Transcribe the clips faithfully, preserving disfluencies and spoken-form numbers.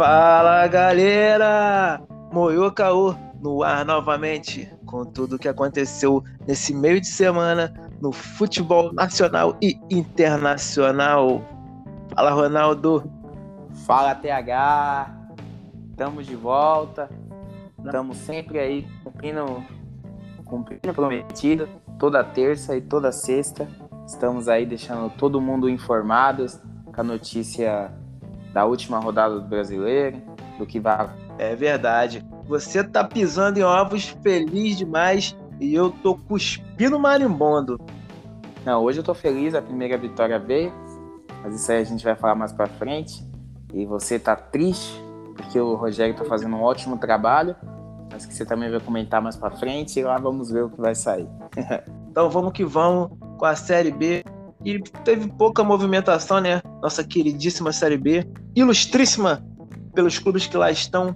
Fala galera! Moyo Caô no ar novamente com tudo o que aconteceu nesse meio de semana no futebol nacional e internacional. Fala Ronaldo! Fala T H! Estamos de volta, estamos sempre aí cumprindo, cumprindo o prometido, toda terça e toda sexta. Estamos aí deixando todo mundo informado com a notícia da última rodada do Brasileiro, do que vai... É verdade, você tá pisando em ovos feliz demais e eu tô cuspindo marimbondo. Não, hoje eu tô feliz, a primeira vitória veio, mas isso aí a gente vai falar mais pra frente. E você tá triste, porque o Rogério tá fazendo um ótimo trabalho, mas que você também vai comentar mais pra frente e lá vamos ver o que vai sair. Então vamos que vamos com a Série B. E teve pouca movimentação, né? Nossa queridíssima Série B, ilustríssima pelos clubes que lá estão.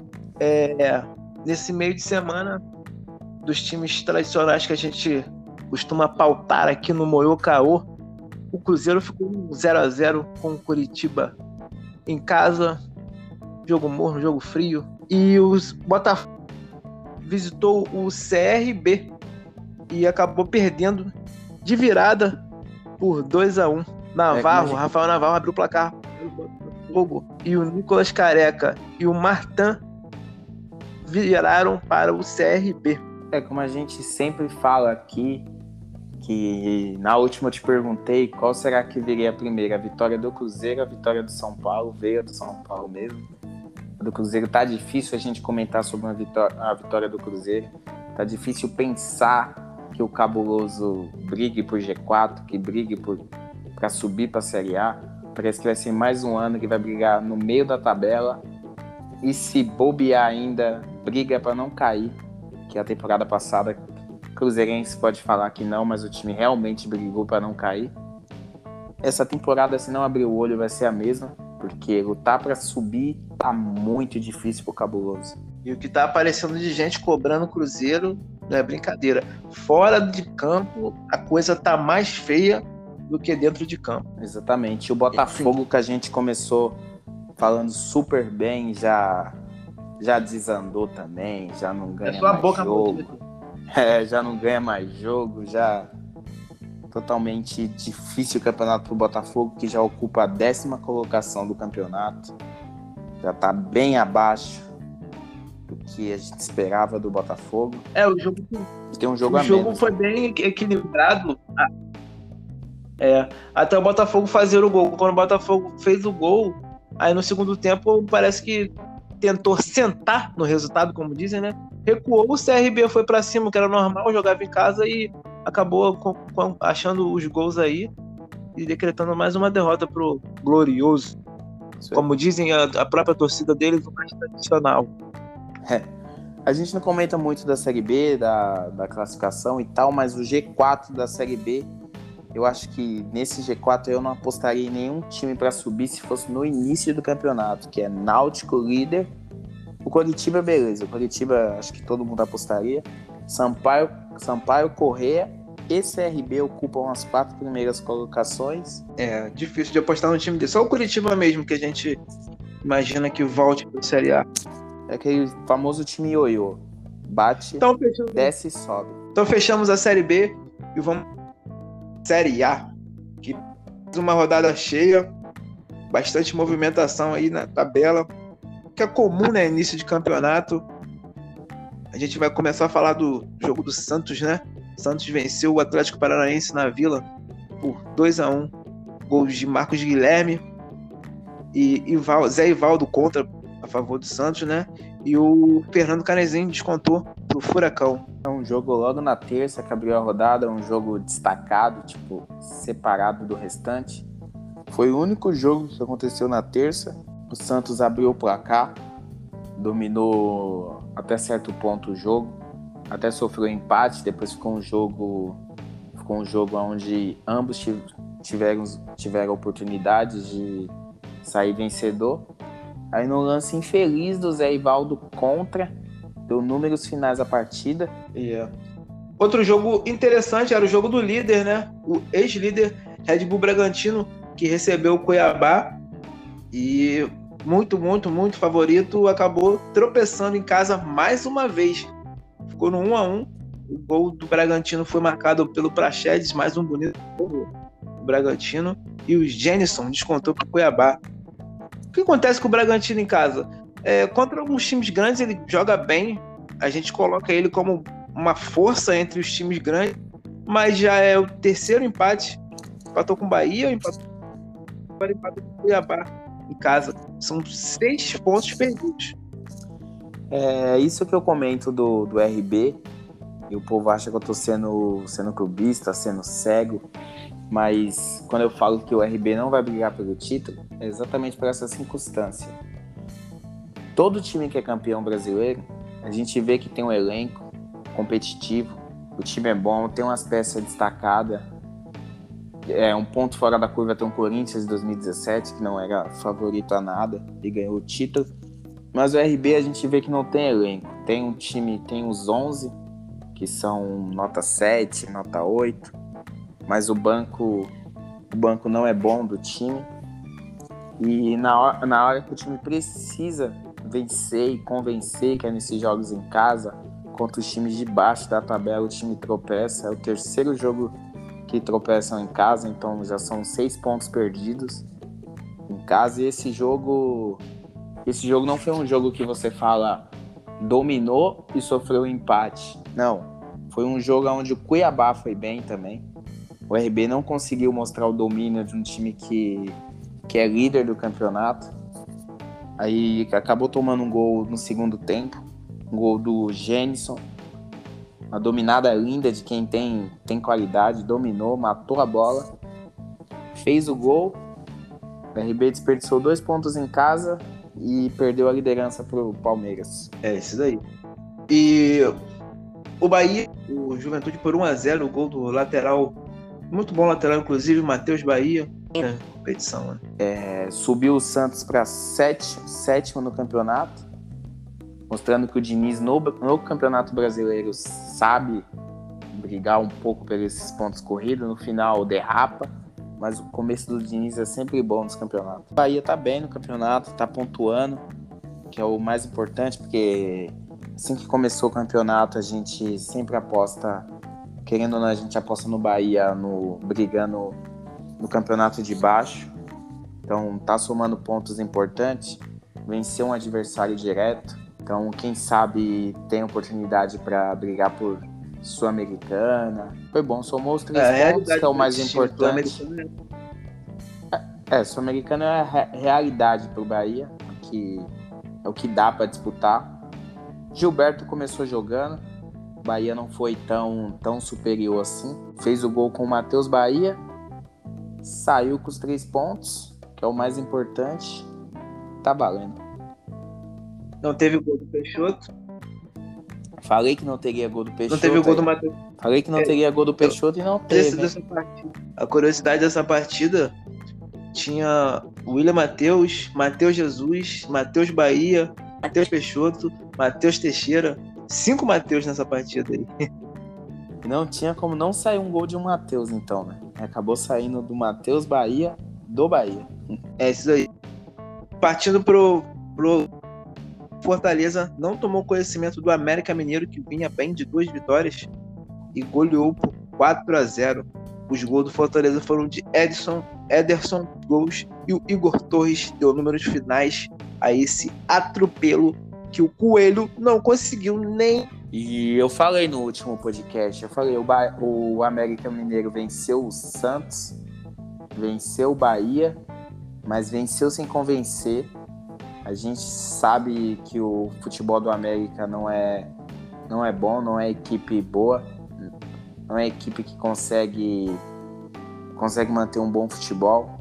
É, nesse meio de semana, dos times tradicionais que a gente costuma pautar aqui no Moyo Caô, o Cruzeiro ficou zero a zero com o Curitiba em casa, jogo morno, jogo frio. E o Botafogo visitou o C R B e acabou perdendo de virada por dois a um. Navarro, é, gente... Rafael Navarro abriu o placar Botafogo, e o Nicolas Careca e o Martin viraram para o C R B. É como a gente sempre fala aqui, que na última eu te perguntei qual será que viria primeiro, a vitória do Cruzeiro, a vitória do São Paulo. Veio a do São Paulo mesmo. A do Cruzeiro tá difícil a gente comentar sobre uma vitória, a vitória do Cruzeiro. Tá difícil pensar que o Cabuloso brigue por G quatro, que brigue para subir para a Série A. Parece que vai ser mais um ano que vai brigar no meio da tabela e, se bobear ainda, briga para não cair, que a temporada passada Cruzeirense pode falar que não, mas o time realmente brigou para não cair. Essa temporada, se não abrir o olho, vai ser a mesma, porque lutar para subir tá muito difícil pro Cabuloso. E o que tá aparecendo de gente cobrando o Cruzeiro não é brincadeira. Fora de campo, a coisa tá mais feia do que dentro de campo. Exatamente. O Botafogo, que a gente começou falando super bem, já, já desandou também, já não ganha é mais boca jogo. É, já não ganha mais jogo, já totalmente difícil o campeonato pro Botafogo, que já ocupa a décima colocação do campeonato. Já tá bem abaixo do que a gente esperava do Botafogo. É, o jogo, tem um jogo o a jogo menos, foi né? bem equilibrado. É, até o Botafogo fazer o gol. Quando o Botafogo fez o gol, aí no segundo tempo parece que tentou sentar no resultado, como dizem, né? Recuou, o C R B foi pra cima, que era normal, jogava em casa e acabou com, com, achando os gols aí e decretando mais uma derrota pro Glorioso. Sim. Como dizem a, a própria torcida deles, o mais tradicional. É. A gente não comenta muito da Série B, da, da classificação e tal, mas o G quatro da Série B, eu acho que nesse G quatro eu não apostaria em nenhum time para subir se fosse no início do campeonato, que é Náutico, líder. O Coritiba, beleza. O Coritiba, acho que todo mundo apostaria. Sampaio, Sampaio Corrêa e C R B ocupam as quatro primeiras colocações. É difícil de apostar no time desse. Só o Coritiba mesmo que a gente imagina que volte para a Série A. É aquele famoso time ioiô. Bate, então, fechamos... desce e sobe. Então fechamos a Série B e vamos Série A. Que uma rodada cheia, bastante movimentação aí na tabela, que é comum, né? Início de campeonato. A gente vai começar a falar do jogo do Santos, né? Santos venceu o Atlético Paranaense na Vila por dois a um. Gols de Marcos Guilherme e Ival, Zé Ivaldo contra a favor do Santos, né? E o Fernando Canezinho descontou pro Furacão. É um jogo logo na terça que abriu a rodada, um jogo destacado, tipo, separado do restante. Foi o único jogo que aconteceu na terça. O Santos abriu o placar, dominou até certo ponto o jogo, até sofreu empate, depois ficou um jogo, ficou um jogo onde ambos tiveram, tiveram oportunidades de sair vencedor. Aí no lance infeliz do Zé Ivaldo contra, deu números finais da partida. Yeah. Outro jogo interessante era o jogo do líder, né? O ex-líder Red Bull Bragantino, que recebeu o Cuiabá e muito, muito, muito favorito, acabou tropeçando em casa mais uma vez. Ficou no um a um. O gol do Bragantino foi marcado pelo Praxedes, mais um bonito gol do Bragantino. E o Jenison descontou para o Cuiabá. O que acontece com o Bragantino em casa? É, contra alguns times grandes ele joga bem. A gente coloca ele como uma força entre os times grandes. Mas já é o terceiro empate. Empatou com o Bahia, empatou, empatou com o Cuiabá em casa. São seis pontos perdidos. É isso que eu comento do, do R B. E o povo acha que eu tô sendo, sendo clubista, sendo cego. Mas quando eu falo que o R B não vai brigar pelo título, é exatamente por essa circunstância. Todo time que é campeão brasileiro, a gente vê que tem um elenco competitivo, o time é bom, tem umas peças destacadas. É um ponto fora da curva tem o Corinthians de dois mil e dezessete, que não era favorito a nada e ganhou o título. Mas o R B a gente vê que não tem elenco. Tem um time, tem os onze, que são nota sete, nota oito. Mas o banco, o banco não é bom do time. E na hora, na hora que o time precisa vencer e convencer, que é nesses jogos em casa, contra os times de baixo da tabela, o time tropeça. É o terceiro jogo que tropeçam em casa, então já são seis pontos perdidos em casa. E esse jogo, esse jogo não foi um jogo que você fala dominou e sofreu um empate. Não, foi um jogo onde o Cuiabá foi bem também. O R B não conseguiu mostrar o domínio de um time que, que é líder do campeonato. Aí acabou tomando um gol no segundo tempo, um gol do Jenison. Uma dominada linda de quem tem, tem qualidade, dominou, matou a bola, fez o gol. O R B desperdiçou dois pontos em casa e perdeu a liderança pro Palmeiras. É, isso daí. E o Bahia, o Juventude por um a zero, o gol do lateral, muito bom lateral, inclusive, Matheus Bahia, na competição. Né? É, subiu o Santos para sétimo, sétimo no campeonato, mostrando que o Diniz no, no Campeonato Brasileiro sabe brigar um pouco por esses pontos corridos. No final derrapa, mas o começo do Diniz é sempre bom nos campeonatos. O Bahia tá bem no campeonato, tá pontuando, que é o mais importante, porque assim que começou o campeonato a gente sempre aposta, querendo ou não, a gente aposta no Bahia, no, brigando no campeonato de baixo. Então tá somando pontos importantes, venceu um adversário direto. Então, quem sabe tem oportunidade para brigar por Sul-Americana. Foi bom, somou os três é, pontos, que é o mais importante. É, é Sul-Americana é a re- realidade para o Bahia, que é o que dá para disputar. Gilberto começou jogando, o Bahia não foi tão, tão superior assim. Fez o gol com o Matheus Bahia, saiu com os três pontos, que é o mais importante. Tá valendo. Não teve o gol do Peixoto. Falei que não teria gol do Peixoto. Não teve o gol do Matheus. Falei que não teria gol do Peixoto e não teve. Dessa partida. A curiosidade dessa partida tinha William Matheus, Matheus Jesus, Matheus Bahia, Matheus Peixoto, Matheus Teixeira. Cinco Matheus nessa partida aí. Não tinha como não sair um gol de um Matheus, então, né? Acabou saindo do Matheus Bahia, do Bahia. É isso aí. Partindo pro, pro Fortaleza, não tomou conhecimento do América Mineiro, que vinha bem de duas vitórias e goleou por quatro a zero. Os gols do Fortaleza foram de Edson, Ederson, gols, e o Igor Torres deu números finais a esse atropelo que o Coelho não conseguiu nem... E eu falei no último podcast, eu falei, o, ba- o América Mineiro venceu o Santos, venceu o Bahia, mas venceu sem convencer. A gente sabe que o futebol do América não é, não é bom, não é equipe boa, não é equipe que consegue, consegue manter um bom futebol.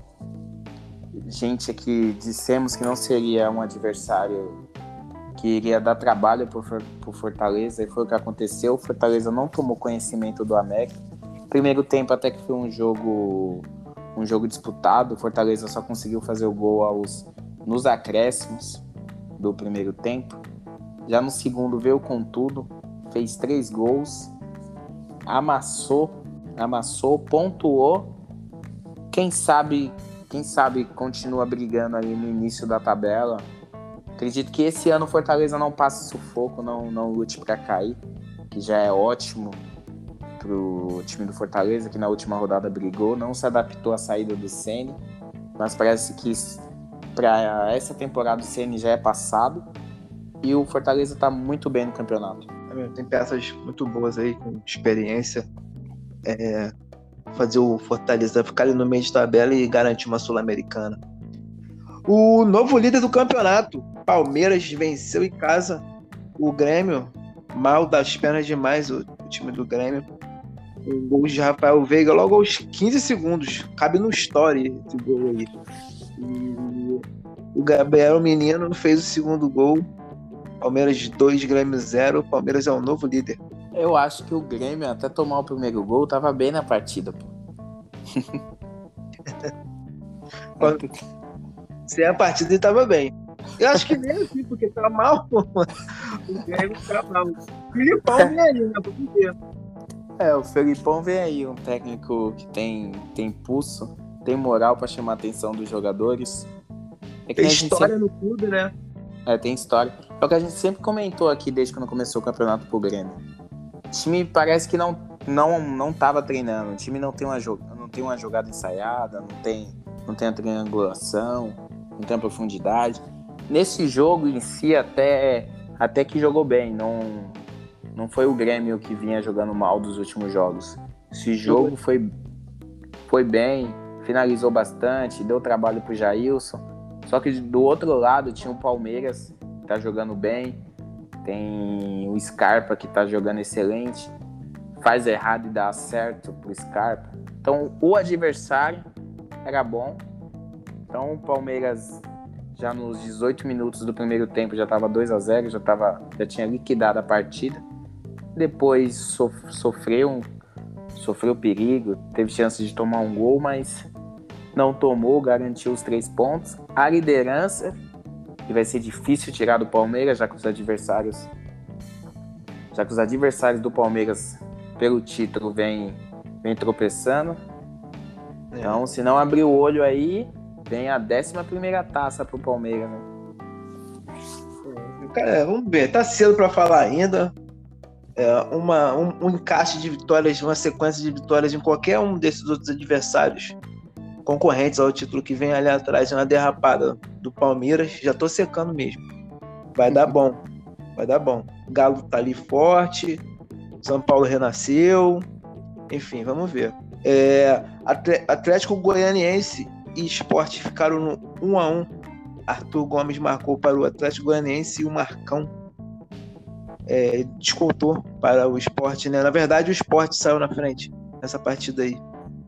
Gente que dissemos que não seria um adversário que iria dar trabalho para o Fortaleza, e foi o que aconteceu. O Fortaleza não tomou conhecimento do América. Primeiro tempo até que foi um jogo, um jogo disputado. O Fortaleza só conseguiu fazer o gol aos, nos acréscimos do primeiro tempo. Já no segundo veio com tudo, fez três gols, amassou, amassou, pontuou. Quem sabe quem sabe continua brigando ali no início da tabela. Acredito que esse ano o Fortaleza não passe sufoco, não, não lute para cair, que já é ótimo pro time do Fortaleza, que na última rodada brigou, não se adaptou à saída do Ceni, mas parece que para essa temporada o Ceni já é passado e o Fortaleza está muito bem no campeonato. Tem peças muito boas aí, com experiência. É, fazer o Fortaleza ficar ali no meio de tabela e garantir uma Sul-Americana. O novo líder do campeonato, Palmeiras, venceu em casa o Grêmio, mal das pernas demais o, o time do Grêmio. O gol de Rafael Veiga logo aos quinze segundos, cabe no story esse gol aí. E o Gabriel Menino fez o segundo gol. Palmeiras dois, Grêmio zero. Palmeiras é o novo líder. Eu acho que o Grêmio, até tomar o primeiro gol, tava bem na partida, pô. Se a partida ele tava bem. Eu acho que nem assim, porque tá mal. O Grêmio tá mal. O Filipão vem aí, né? Vamos ver. É, o Felipão vem aí, um técnico que tem, tem pulso, tem moral pra chamar a atenção dos jogadores. É que tem a história sempre... no clube, né? É, tem história. É o que a gente sempre comentou aqui desde quando começou o campeonato pro Grêmio. O time parece que não, não, não tava treinando. O time não tem uma, jo... não tem uma jogada ensaiada, não tem, não tem a triangulação, não tem a profundidade. Nesse jogo em si, até, até que jogou bem. Não, não foi o Grêmio que vinha jogando mal dos últimos jogos. Esse jogo foi, foi bem, finalizou bastante, deu trabalho pro Jailson. Só que do outro lado tinha o Palmeiras, que tá jogando bem. Tem o Scarpa, que tá jogando excelente. Faz errado e dá certo pro Scarpa. Então, o adversário era bom. Então, o Palmeiras, já nos dezoito minutos do primeiro tempo, já tava dois a zero, já, tava, já tinha liquidado a partida. Depois sof- sofreu, sofreu perigo, teve chance de tomar um gol, mas não tomou, garantiu os três pontos. A liderança, que vai ser difícil tirar do Palmeiras, já que os adversários já que os adversários do Palmeiras pelo título vem, vem tropeçando. É. Então, se não abrir o olho aí, vem a décima primeira taça pro Palmeiras, né? Cara, vamos ver, tá cedo para falar ainda. É, uma, um, um encaixe de vitórias, uma sequência de vitórias em qualquer um desses outros adversários concorrentes ao título que vem ali atrás, uma derrapada do Palmeiras, já tô secando mesmo. Vai dar bom, vai dar bom. O Galo tá ali forte, São Paulo renasceu, enfim, vamos ver. É, Atlético Goianiense e Sport ficaram no um a um. Arthur Gomes marcou para o Atlético Goianiense e o Marcão é, descontou para o Sport, né? Na verdade, o Sport saiu na frente nessa partida aí.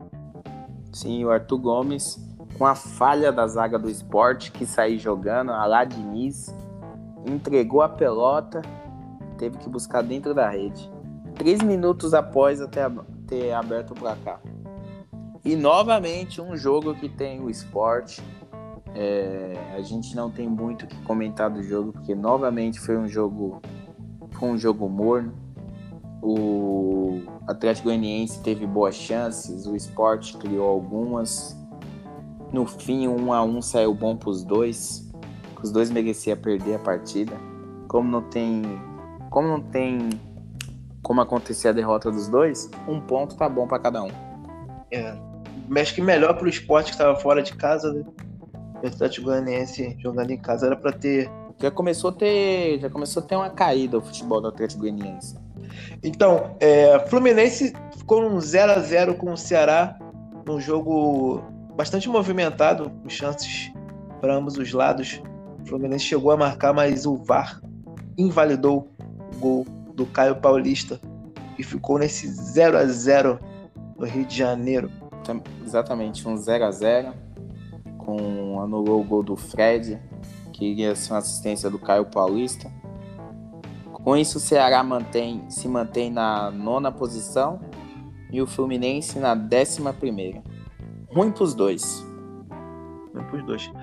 Sim, o Arthur Gomes, com a falha da zaga do Sport, que saiu jogando, a lá Diniz, entregou a pelota, teve que buscar dentro da rede. Três minutos após ter, ter aberto o placar. E novamente um jogo que tem o Sport. É, a gente não tem muito o que comentar do jogo, porque novamente foi um jogo, foi um jogo morno. O Atlético Goianiense teve boas chances, o Sport criou algumas. No fim, um a um saiu bom para os dois. Os dois mereciam perder a partida. Como não tem, como não tem como acontecer a derrota dos dois, um ponto tá bom para cada um. É, acho que melhor para o Sport que estava fora de casa, né? O Atlético Goianiense jogando em casa era para ter. Já começou a ter, já começou a ter uma caída o futebol do Atlético Goianiense. Então, é, Fluminense ficou num zero a zero com o Ceará, num jogo bastante movimentado, com chances para ambos os lados. O Fluminense chegou a marcar, mas o V A R invalidou o gol do Caio Paulista e ficou nesse zero a zero no Rio de Janeiro. Exatamente, um zero a zero, com anulou o gol do Fred, que iria ser uma assistência do Caio Paulista. Com isso, o Ceará mantém, se mantém na nona posição e o Fluminense na décima primeira. Ruim para os dois. Ruim para os dois.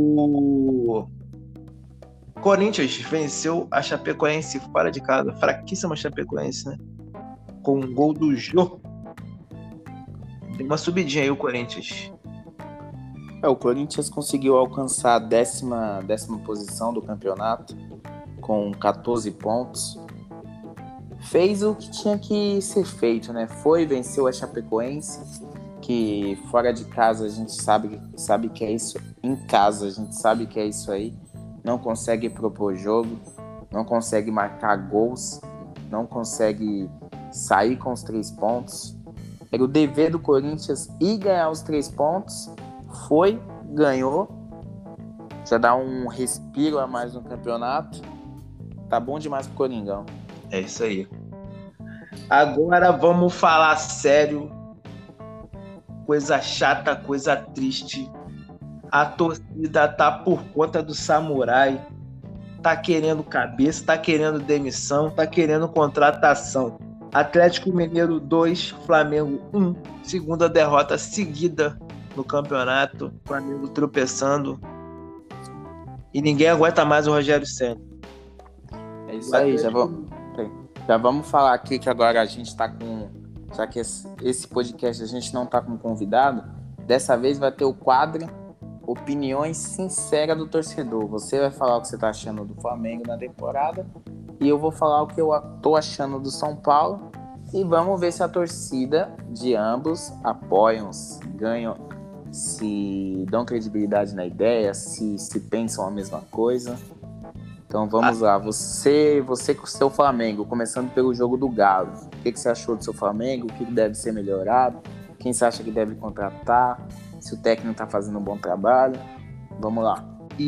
O Corinthians venceu a Chapecoense fora de casa. Fraquíssima Chapecoense, né? Com um gol do Jô. Deu uma subidinha aí o Corinthians. É, o Corinthians conseguiu alcançar a décima, décima posição do campeonato com catorze pontos. Fez o que tinha que ser feito, né? Foi, venceu a Chapecoense, que fora de casa a gente sabe, sabe que é isso. Em casa a gente sabe que é isso aí. Não consegue propor jogo, não consegue marcar gols, não consegue sair com os três pontos. Era o dever do Corinthians ir ganhar os três pontos. Foi, ganhou. Já dá um respiro a mais no campeonato. Tá bom demais pro Coringão. É isso aí. Agora vamos falar sério. Coisa chata, coisa triste. A torcida tá por conta do Samurai. Tá querendo cabeça, tá querendo demissão, tá querendo contratação. Atlético Mineiro dois, Flamengo um. Segunda derrota seguida no campeonato. Flamengo tropeçando. E ninguém aguenta mais o Rogério Ceni. É isso aí, já vamos, já vamos falar aqui que agora a gente tá com... Já que esse podcast a gente não tá com convidado, dessa vez vai ter o quadro Opiniões Sinceras do Torcedor. Você vai falar o que você tá achando do Flamengo na temporada e eu vou falar o que eu tô achando do São Paulo. E vamos ver se a torcida de ambos apoiam, se ganham, se dão credibilidade na ideia, se, se pensam a mesma coisa. Então vamos ah. lá, você, você com o seu Flamengo, começando pelo jogo do Galo. O que, que você achou do seu Flamengo? O que deve ser melhorado? Quem você acha que deve contratar? Se o técnico está fazendo um bom trabalho? Vamos lá.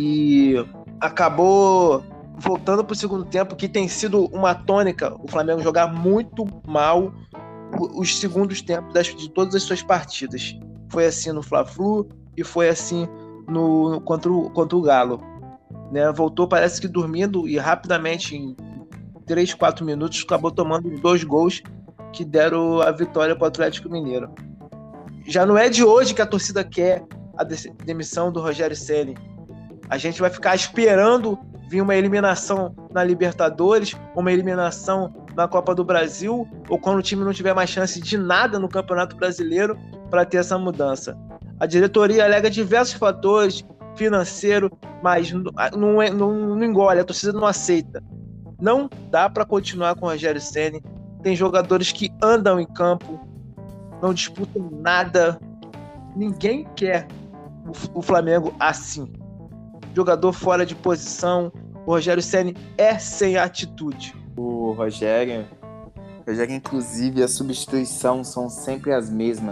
E acabou voltando para o segundo tempo, que tem sido uma tônica, o Flamengo jogar muito mal os segundos tempos das, de todas as suas partidas. Foi assim no Fla-Flu e foi assim no, contra, o, contra o Galo. Né? Voltou, parece que dormindo, e rapidamente, em três, quatro minutos, acabou tomando dois gols que deram a vitória para o Atlético Mineiro. Já não é de hoje que a torcida quer a demissão do Rogério Ceni. A gente vai ficar esperando vir uma eliminação na Libertadores, uma eliminação na Copa do Brasil, ou quando o time não tiver mais chance de nada no Campeonato Brasileiro, para ter essa mudança. A diretoria alega diversos fatores, financeiro, mas não, é, não, não engole, a torcida não aceita. Não dá para continuar com o Rogério Ceni. Tem jogadores que andam em campo, não disputam nada. Ninguém quer o, o Flamengo assim. Jogador fora de posição. O Rogério Ceni é sem atitude. O Rogério, Rogério, inclusive, as substituições são sempre as mesmas.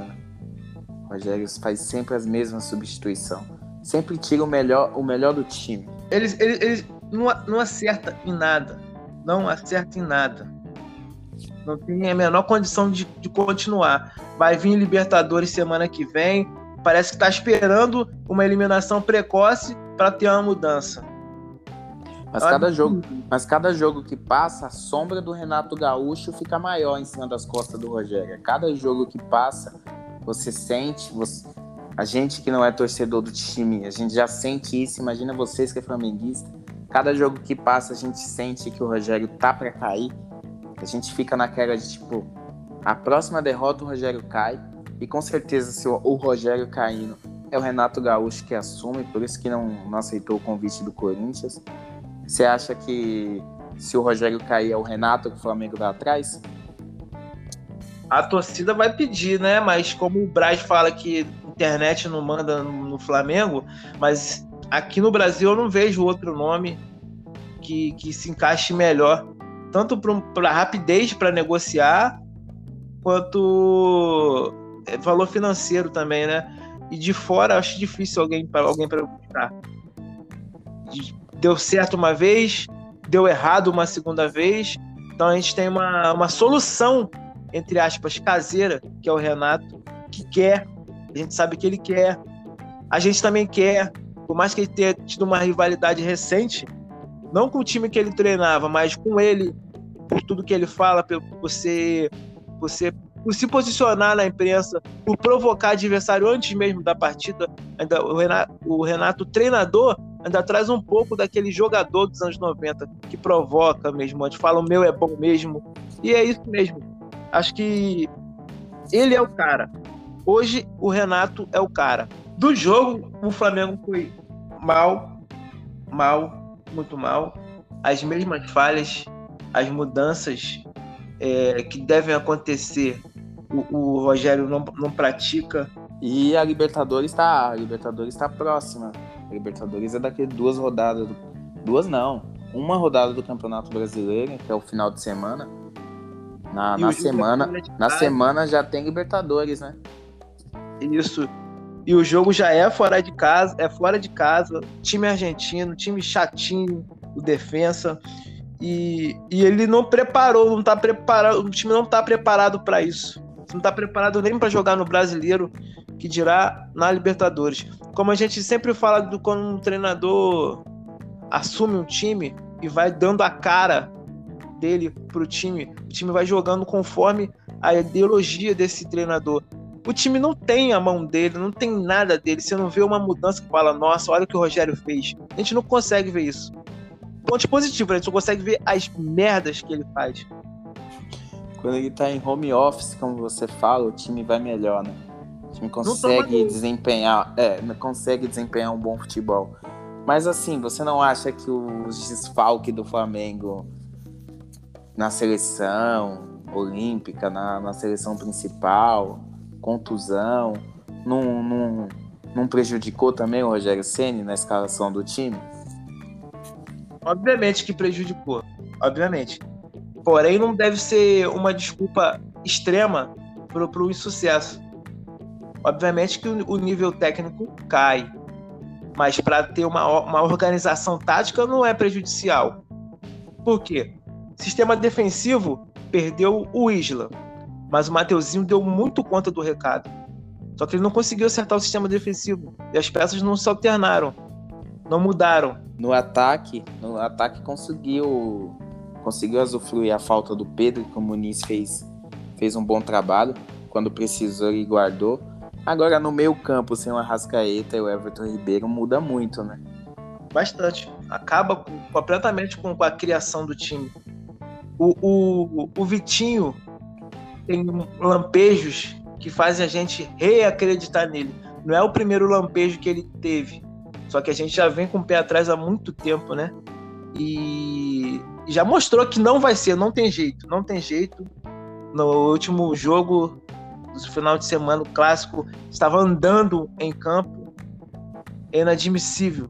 O Rogério faz sempre as mesmas substituições. Sempre tira o melhor, o melhor do time. Ele, ele, ele não, não acerta em nada. Não acerta em nada. Não tem a menor condição de, de continuar. Vai vir Libertadores semana que vem. Parece que está esperando uma eliminação precoce para ter uma mudança. Mas cada, jogo, mas cada jogo que passa, a sombra do Renato Gaúcho fica maior em cima das costas do Rogério. Cada jogo que passa, você sente... Você... A gente que não é torcedor do time, a gente já sente isso. Imagina vocês que é flamenguista. Cada jogo que passa, a gente sente que o Rogério tá pra cair. A gente fica naquela de tipo, a próxima derrota o Rogério cai. E com certeza, se o Rogério caindo, é o Renato Gaúcho que assume. Por isso que não, não aceitou o convite do Corinthians. Você acha que se o Rogério cair, é o Renato que o Flamengo vai atrás? A torcida vai pedir, né? Mas como o Braz fala que internet não manda no Flamengo, mas aqui no Brasil eu não vejo outro nome que, que se encaixe melhor, tanto para rapidez para negociar, quanto valor financeiro também, né? E de fora acho difícil alguém para alguém para buscar. Deu certo uma vez, deu errado uma segunda vez, então a gente tem uma, uma solução, entre aspas, caseira, que é o Renato, que quer. A gente sabe que ele quer. A gente também quer. Por mais que ele tenha tido uma rivalidade recente, não com o time que ele treinava, mas com ele, por tudo que ele fala, por você, você, por se posicionar na imprensa, por provocar adversário antes mesmo da partida. Ainda, o, Renato, o Renato, treinador, ainda traz um pouco daquele jogador dos anos noventa, que provoca mesmo, onde fala o meu é bom mesmo. E é isso mesmo. Acho que ele é o cara. Hoje, o Renato é o cara. Do jogo, o Flamengo foi mal, mal, muito mal. As mesmas falhas, as mudanças é, que devem acontecer, o, o Rogério não, não pratica. E a Libertadores está a Libertadores tá próxima. A Libertadores é daqui duas rodadas. Do, duas não. Uma rodada do Campeonato Brasileiro, que é o final de semana. Na, na semana, na semana já tem Libertadores, né? Isso. E o jogo já é fora de casa, é fora de casa, time argentino, time chatinho, o defensa. E, e ele não preparou, não tá preparado, o time não tá preparado para isso. Não tá preparado nem para jogar no Brasileiro, que dirá na Libertadores. Como a gente sempre fala do quando um treinador assume um time e vai dando a cara dele pro time, o time vai jogando conforme a ideologia desse treinador. O time não tem a mão dele, não tem nada dele. Você não vê uma mudança que fala, nossa, olha o que o Rogério fez. A gente não consegue ver isso. Ponto positivo, a gente só consegue ver as merdas que ele faz. Quando ele tá em home office, como você fala, o time vai melhor, né? O time consegue desempenhar, é, consegue desempenhar um bom futebol. Mas assim, você não acha que os desfalques do Flamengo na seleção olímpica, na, na seleção principal, contusão, não, não, não prejudicou também o Rogério Ceni na escalação do time? Obviamente que prejudicou, obviamente. Porém, não deve ser uma desculpa extrema para o insucesso. Obviamente que o, o nível técnico cai, mas para ter uma, uma organização tática não é prejudicial. Por quê? Sistema defensivo perdeu o Isla, mas o Mateuzinho deu muito conta do recado. Só que ele não conseguiu acertar o sistema defensivo e as peças não se alternaram, não mudaram. No ataque, no ataque conseguiu, conseguiu usufruir a falta do Pedro, que o Muniz fez, fez um bom trabalho. Quando precisou, ele guardou. Agora, no meio campo, sem o Arrascaeta e o Everton Ribeiro, muda muito, né? Bastante. Acaba com, completamente com, com a criação do time. O, o, o Vitinho tem lampejos que fazem a gente reacreditar nele. Não é o primeiro lampejo que ele teve, só que a gente já vem com o pé atrás há muito tempo, né? E já mostrou que não vai ser, não tem jeito, não tem jeito. No último jogo do final de semana, o clássico, estava andando em campo. É inadmissível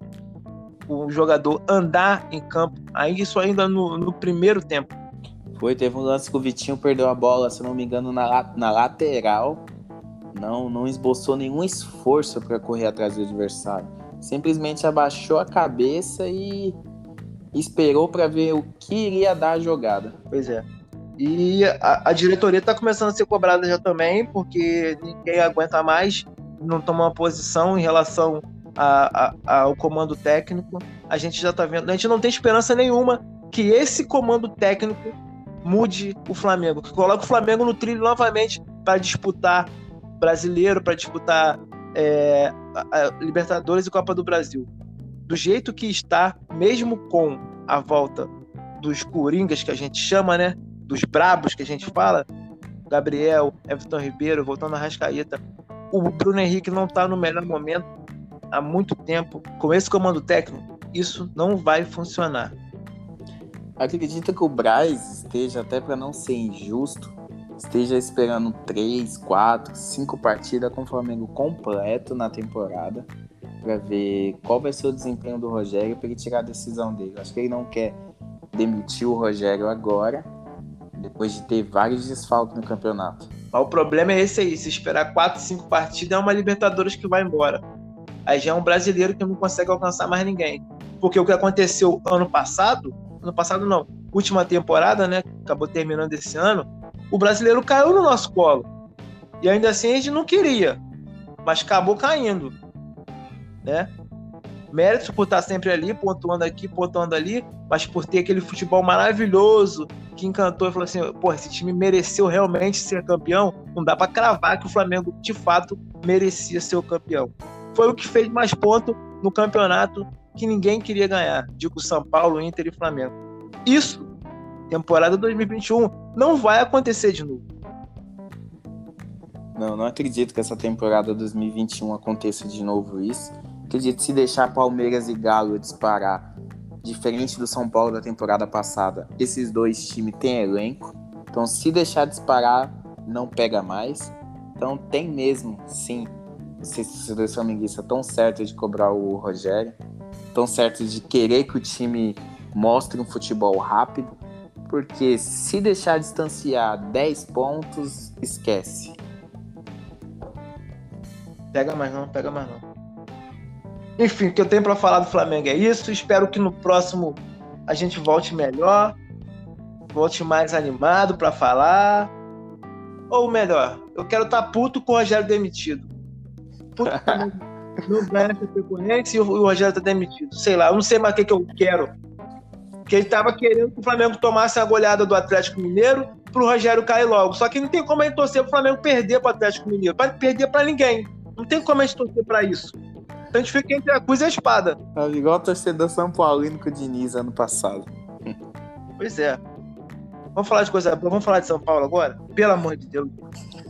o jogador andar em campo, aí isso ainda no, no primeiro tempo. Foi, teve um lance que o Vitinho perdeu a bola, se não me engano, na, na lateral. Não, não esboçou nenhum esforço para correr atrás do adversário. Simplesmente abaixou a cabeça e esperou para ver o que iria dar a jogada. Pois é. E a, a diretoria está começando a ser cobrada já também, porque ninguém aguenta mais, não toma uma posição em relação a, a, ao comando técnico. A gente já está vendo, a gente não tem esperança nenhuma que esse comando técnico mude o Flamengo, que coloque o Flamengo no trilho novamente para disputar Brasileiro, para disputar é, a, a Libertadores e Copa do Brasil. Do jeito que está, mesmo com a volta dos coringas que a gente chama, né? Dos brabos que a gente fala, Gabriel, Everton Ribeiro, voltando a Arrascaeta, o Bruno Henrique não está no melhor momento há muito tempo. Com esse comando técnico, isso não vai funcionar. Acredito que o Braz esteja, até para não ser injusto, esteja esperando três, quatro, cinco partidas com o Flamengo completo na temporada para ver qual vai ser o desempenho do Rogério para ele tirar a decisão dele. Acho que ele não quer demitir o Rogério agora, depois de ter vários desfalques no campeonato. Mas o problema é esse aí, se esperar quatro, cinco partidas é uma Libertadores que vai embora. Aí já é um brasileiro que não consegue alcançar mais ninguém. Porque o que aconteceu ano passado, ano passado não, última temporada, né, acabou terminando esse ano, o brasileiro caiu no nosso colo. E ainda assim a gente não queria, mas acabou caindo, né? Mérito por estar sempre ali, pontuando aqui, pontuando ali, mas por ter aquele futebol maravilhoso que encantou e falou assim, pô, esse time mereceu realmente ser campeão. Não dá para cravar que o Flamengo de fato merecia ser o campeão. Foi o que fez mais ponto no campeonato que ninguém queria ganhar, digo São Paulo, Inter e Flamengo. Isso, temporada dois mil e vinte e um, não vai acontecer de novo. Não, não acredito que essa temporada dois mil e vinte e um aconteça de novo isso. Acredito que se deixar Palmeiras e Galo disparar, diferente do São Paulo da temporada passada, esses dois times têm elenco. Então, se deixar disparar, não pega mais. Então, tem mesmo, sim, os torcedores flamenguistas tão certos de cobrar o Rogério, tão certos de querer que o time mostre um futebol rápido, porque se deixar distanciar dez pontos, esquece. Pega mais não, pega mais não. Enfim, o que eu tenho para falar do Flamengo é isso. Espero que no próximo a gente volte melhor, volte mais animado para falar. Ou melhor, eu quero estar tá puto com o Rogério demitido. Puto que não ganha a Chapecoense e o Rogério tá demitido. Sei lá, eu não sei mais o que, que eu quero. Porque ele tava querendo que o Flamengo tomasse a goleada do Atlético Mineiro pro Rogério cair logo. Só que não tem como a gente torcer pro Flamengo perder pro Atlético Mineiro. Pode perder pra ninguém. Não tem como a gente torcer pra isso. Então a gente fica entre a cruz e a espada. É igual o torcedor São Paulino com o Diniz ano passado. Pois é. Vamos falar de coisa boa. Vamos falar de São Paulo agora? Pelo amor de Deus.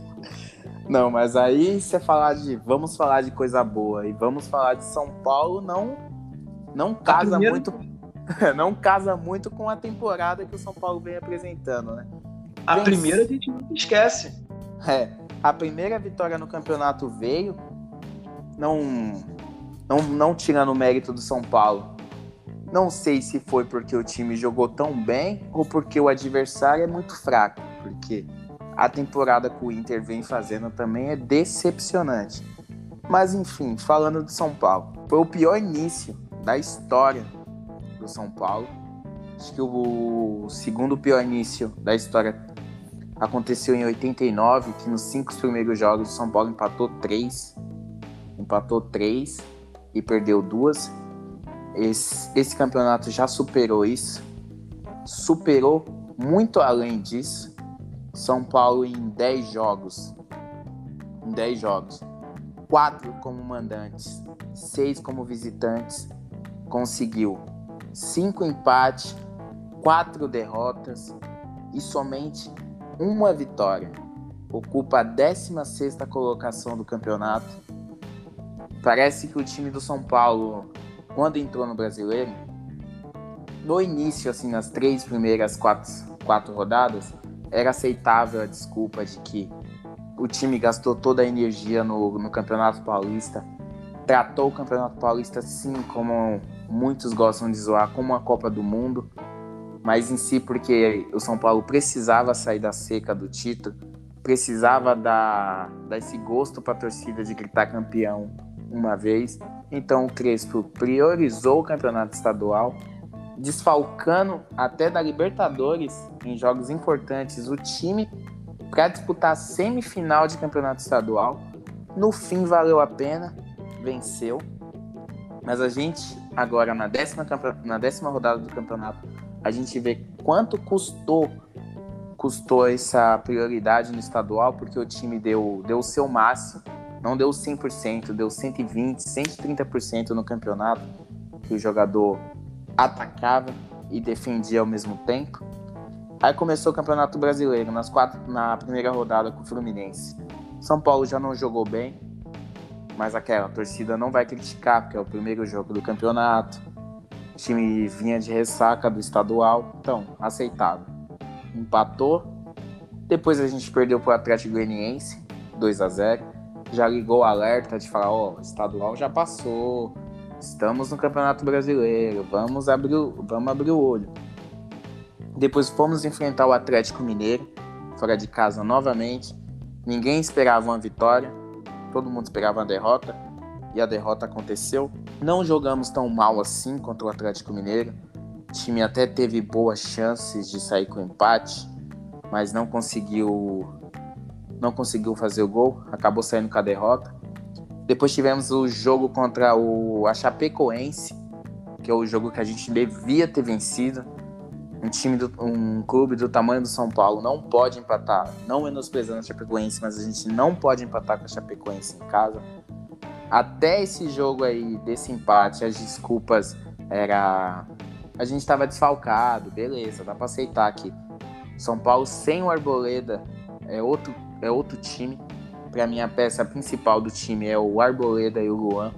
Não, mas aí você falar de... Vamos falar de coisa boa e vamos falar de São Paulo, não, não casa primeira... muito... não casa muito com a temporada que o São Paulo vem apresentando, né? A vem... primeira a gente não esquece. É. A primeira vitória no campeonato veio, não, não, não tirando o mérito do São Paulo. Não sei se foi porque o time jogou tão bem ou porque o adversário é muito fraco, porque a temporada que o Inter vem fazendo também é decepcionante. Mas enfim, falando do São Paulo, foi o pior início da história do São Paulo. Acho que o segundo pior início da história aconteceu em oitenta e nove, que nos cinco primeiros jogos o São Paulo empatou três. Empatou três e perdeu duas. Esse, esse campeonato já superou isso. Superou muito além disso. São Paulo em dez jogos. Em dez jogos. quatro como mandantes, seis como visitantes. Conseguiu cinco empates, quatro derrotas e somente uma vitória. Ocupa a décima sexta colocação do campeonato. Parece que o time do São Paulo, quando entrou no Brasileiro, no início, assim, nas três primeiras quatro, quatro rodadas, era aceitável a desculpa de que o time gastou toda a energia no, no Campeonato Paulista, tratou o Campeonato Paulista, sim, como muitos gostam de zoar, como uma Copa do Mundo, mas em si porque o São Paulo precisava sair da seca do título, precisava dar, dar esse gosto para a torcida de gritar campeão uma vez. Então o Crespo priorizou o campeonato estadual, desfalcando até da Libertadores em jogos importantes o time para disputar a semifinal de campeonato estadual. No fim valeu a pena, venceu. Mas a gente agora na décima, na décima rodada do campeonato, a gente vê quanto custou custou essa prioridade no estadual, porque o time deu, deu o seu máximo, não deu cem por cento, deu cento e vinte por cento, cento e trinta por cento no campeonato, que o jogador atacava e defendia ao mesmo tempo. Aí começou o Campeonato Brasileiro, nas quatro, na primeira rodada com o Fluminense. São Paulo já não jogou bem, mas aquela a torcida não vai criticar, porque é o primeiro jogo do campeonato. O time vinha de ressaca do estadual, então, aceitável. Empatou, depois a gente perdeu para o Atlético Goianiense, dois a zero. Já ligou o alerta de falar, ó, oh, estadual já passou, estamos no Campeonato Brasileiro, vamos abrir, vamos abrir o olho. Depois fomos enfrentar o Atlético Mineiro, fora de casa novamente. Ninguém esperava uma vitória, todo mundo esperava uma derrota, e a derrota aconteceu. Não jogamos tão mal assim contra o Atlético Mineiro. O time até teve boas chances de sair com empate, mas não conseguiu, não conseguiu fazer o gol, acabou saindo com a derrota. Depois tivemos o jogo contra o, a Chapecoense, que é o jogo que a gente devia ter vencido. Um time, do, um clube do tamanho do São Paulo não pode empatar, não menosprezando a Chapecoense, mas a gente não pode empatar com a Chapecoense em casa. Até esse jogo aí, desse empate, as desculpas era... A gente estava desfalcado, beleza, dá para aceitar que São Paulo sem o Arboleda é outro, é outro time. Para mim, a peça principal do time é o Arboleda e o Luan.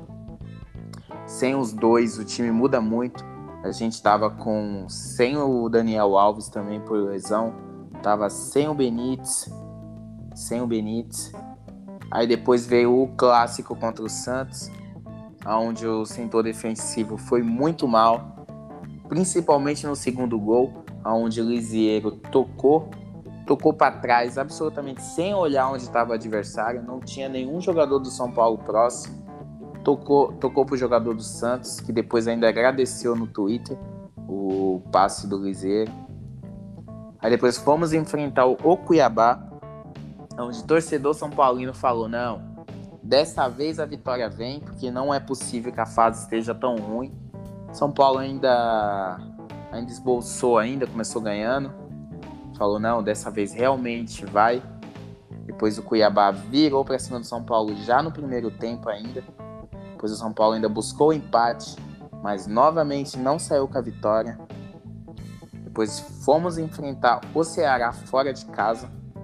Sem os dois, o time muda muito. A gente estava com sem o Daniel Alves também por lesão, tava sem o Benítez, sem o Benítez. Aí depois veio o clássico contra o Santos, onde o setor defensivo foi muito mal, principalmente no segundo gol, onde o Lisieiro tocou, tocou para trás, absolutamente sem olhar onde estava o adversário, não tinha nenhum jogador do São Paulo próximo. Tocou, tocou pro jogador do Santos, que depois ainda agradeceu no Twitter o passe do Lisieiro. Aí depois fomos enfrentar o Cuiabá, onde o torcedor São Paulino falou, não, dessa vez a vitória vem, porque não é possível que a fase esteja tão ruim. São Paulo ainda, ainda esbolçou, ainda começou ganhando. Falou, não, dessa vez realmente vai. Depois o Cuiabá virou para cima do São Paulo já no primeiro tempo ainda. Depois o São Paulo ainda buscou o empate, mas novamente não saiu com a vitória. Depois fomos enfrentar o Ceará fora de casa.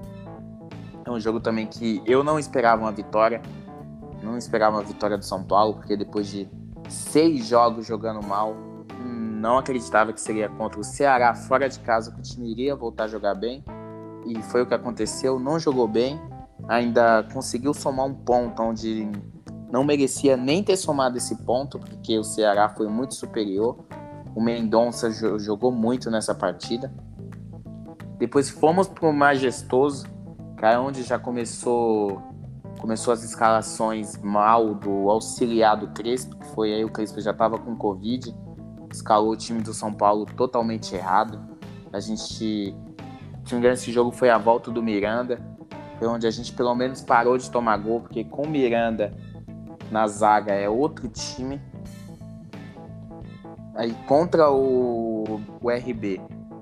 É um jogo também que eu não esperava uma vitória. Não esperava uma vitória do São Paulo, porque depois de seis jogos jogando mal, não acreditava que seria contra o Ceará fora de casa que o time iria voltar a jogar bem. E foi o que aconteceu, não jogou bem. Ainda conseguiu somar um ponto onde não merecia nem ter somado esse ponto, porque o Ceará foi muito superior. O Mendonça jogou muito nessa partida. Depois fomos para o Majestoso, cara, onde já começou, começou as escalações mal do auxiliar do Crespo, que foi aí o Crespo já estava com Covid, escalou o time do São Paulo totalmente errado. A gente, se não me engano, esse jogo foi a volta do Miranda, foi onde a gente pelo menos parou de tomar gol, porque com o Miranda na zaga é outro time. Aí contra o, o R B,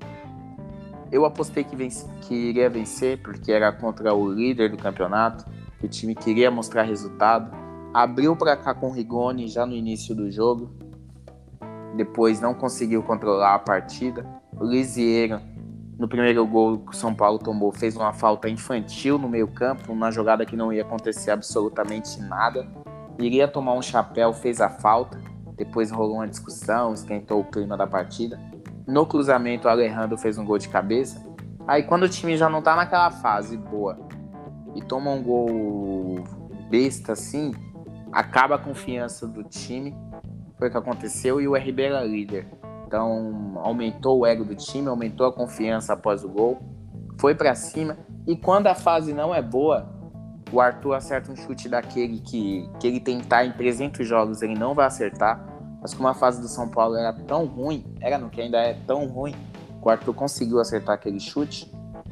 eu apostei que, vence, que iria vencer, porque era contra o líder do campeonato, que o time queria mostrar resultado. Abriu para cá com o Rigoni já no início do jogo, depois não conseguiu controlar a partida. O Lisieiro, no primeiro gol que o São Paulo tomou, fez uma falta infantil no meio campo, uma jogada que não ia acontecer absolutamente nada. Iria tomar um chapéu, fez a falta. Depois rolou uma discussão, esquentou o clima da partida. No cruzamento, o Alejandro fez um gol de cabeça. Aí quando o time já não tá naquela fase boa e toma um gol besta assim, acaba a confiança do time. Foi o que aconteceu e o R B era líder. Então aumentou o ego do time, aumentou a confiança após o gol. Foi pra cima. E quando a fase não é boa, o Arthur acerta um chute daquele que, que ele tentar em trezentos jogos, ele não vai acertar. Mas como a fase do São Paulo era tão ruim, era no que ainda é tão ruim, o Arthur conseguiu acertar aquele chute.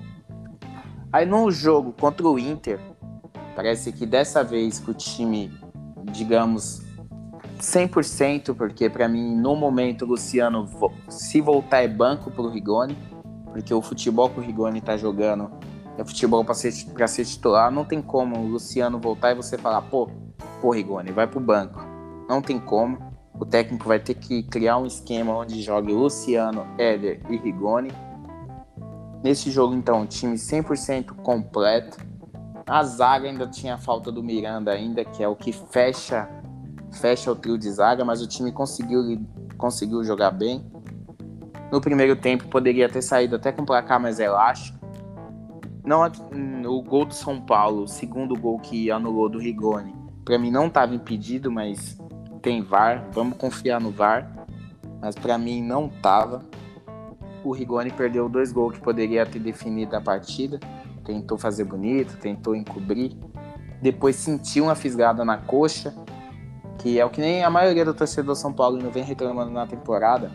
Aí no jogo contra o Inter, parece que dessa vez que o time, digamos, cem por cento, porque para mim, no momento, o Luciano, se voltar, é banco pro Rigoni, porque o futebol que o Rigoni tá jogando é futebol para ser, pra ser titular. Não tem como o Luciano voltar e você falar, pô, pô, Rigoni, vai pro banco. Não tem como. O técnico vai ter que criar um esquema onde jogue Luciano, Éder e Rigoni. Nesse jogo, então, time cem por cento completo. A zaga ainda tinha a falta do Miranda ainda, que é o que fecha, fecha o trio de zaga, mas o time conseguiu, conseguiu jogar bem. No primeiro tempo, poderia ter saído até com placar mais elástico. Não, o gol do São Paulo, o segundo gol que anulou do Rigoni, para mim não estava impedido, mas tem V A R, vamos confiar no V A R, mas para mim não estava. O Rigoni perdeu dois gols que poderia ter definido a partida, tentou fazer bonito, tentou encobrir, depois sentiu uma fisgada na coxa, que é o que nem a maioria do torcedor São Paulo não vem reclamando na temporada.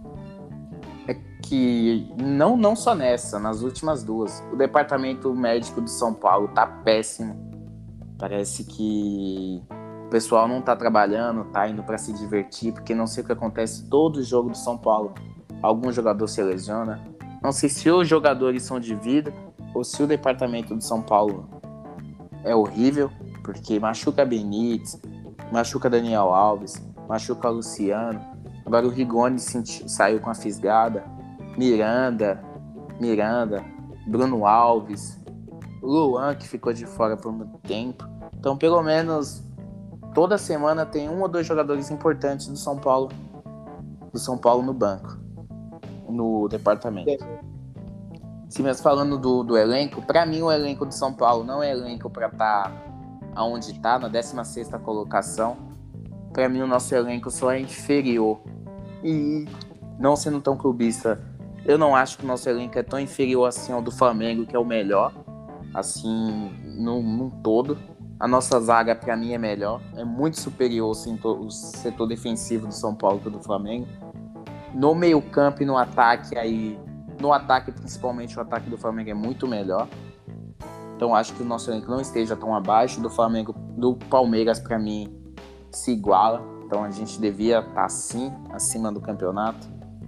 É que não, não só nessa, nas últimas duas, o departamento médico do São Paulo tá péssimo. Parece que o pessoal não tá trabalhando, tá indo para se divertir, porque não sei o que acontece todo jogo do São Paulo. Algum jogador se lesiona. Não sei se os jogadores são de vida ou se o departamento do São Paulo é horrível, porque machuca Benítez, machuca Daniel Alves, machuca Luciano. Agora o Rigoni sentiu, saiu com a fisgada. Miranda, Miranda, Bruno Alves, Luan, que ficou de fora por muito tempo. Então, pelo menos, toda semana tem um ou dois jogadores importantes do São Paulo, do São Paulo no banco, no departamento. Se mesmo falando do, do elenco, para mim o elenco do São Paulo não é elenco para estar tá onde está, na décima sexta colocação. Para mim o nosso elenco só é inferior. E não sendo tão clubista, eu não acho que o nosso elenco é tão inferior assim ao do Flamengo, que é o melhor, assim, num, num todo. A nossa zaga, para mim, é melhor. É muito superior assim, o setor defensivo do São Paulo que o do Flamengo. No meio campo e no ataque, aí, no ataque, principalmente, o ataque do Flamengo é muito melhor. Então, acho que o nosso elenco não esteja tão abaixo. Do Flamengo, do Palmeiras, para mim, se iguala. Então, a gente devia estar, sim, acima do campeonato.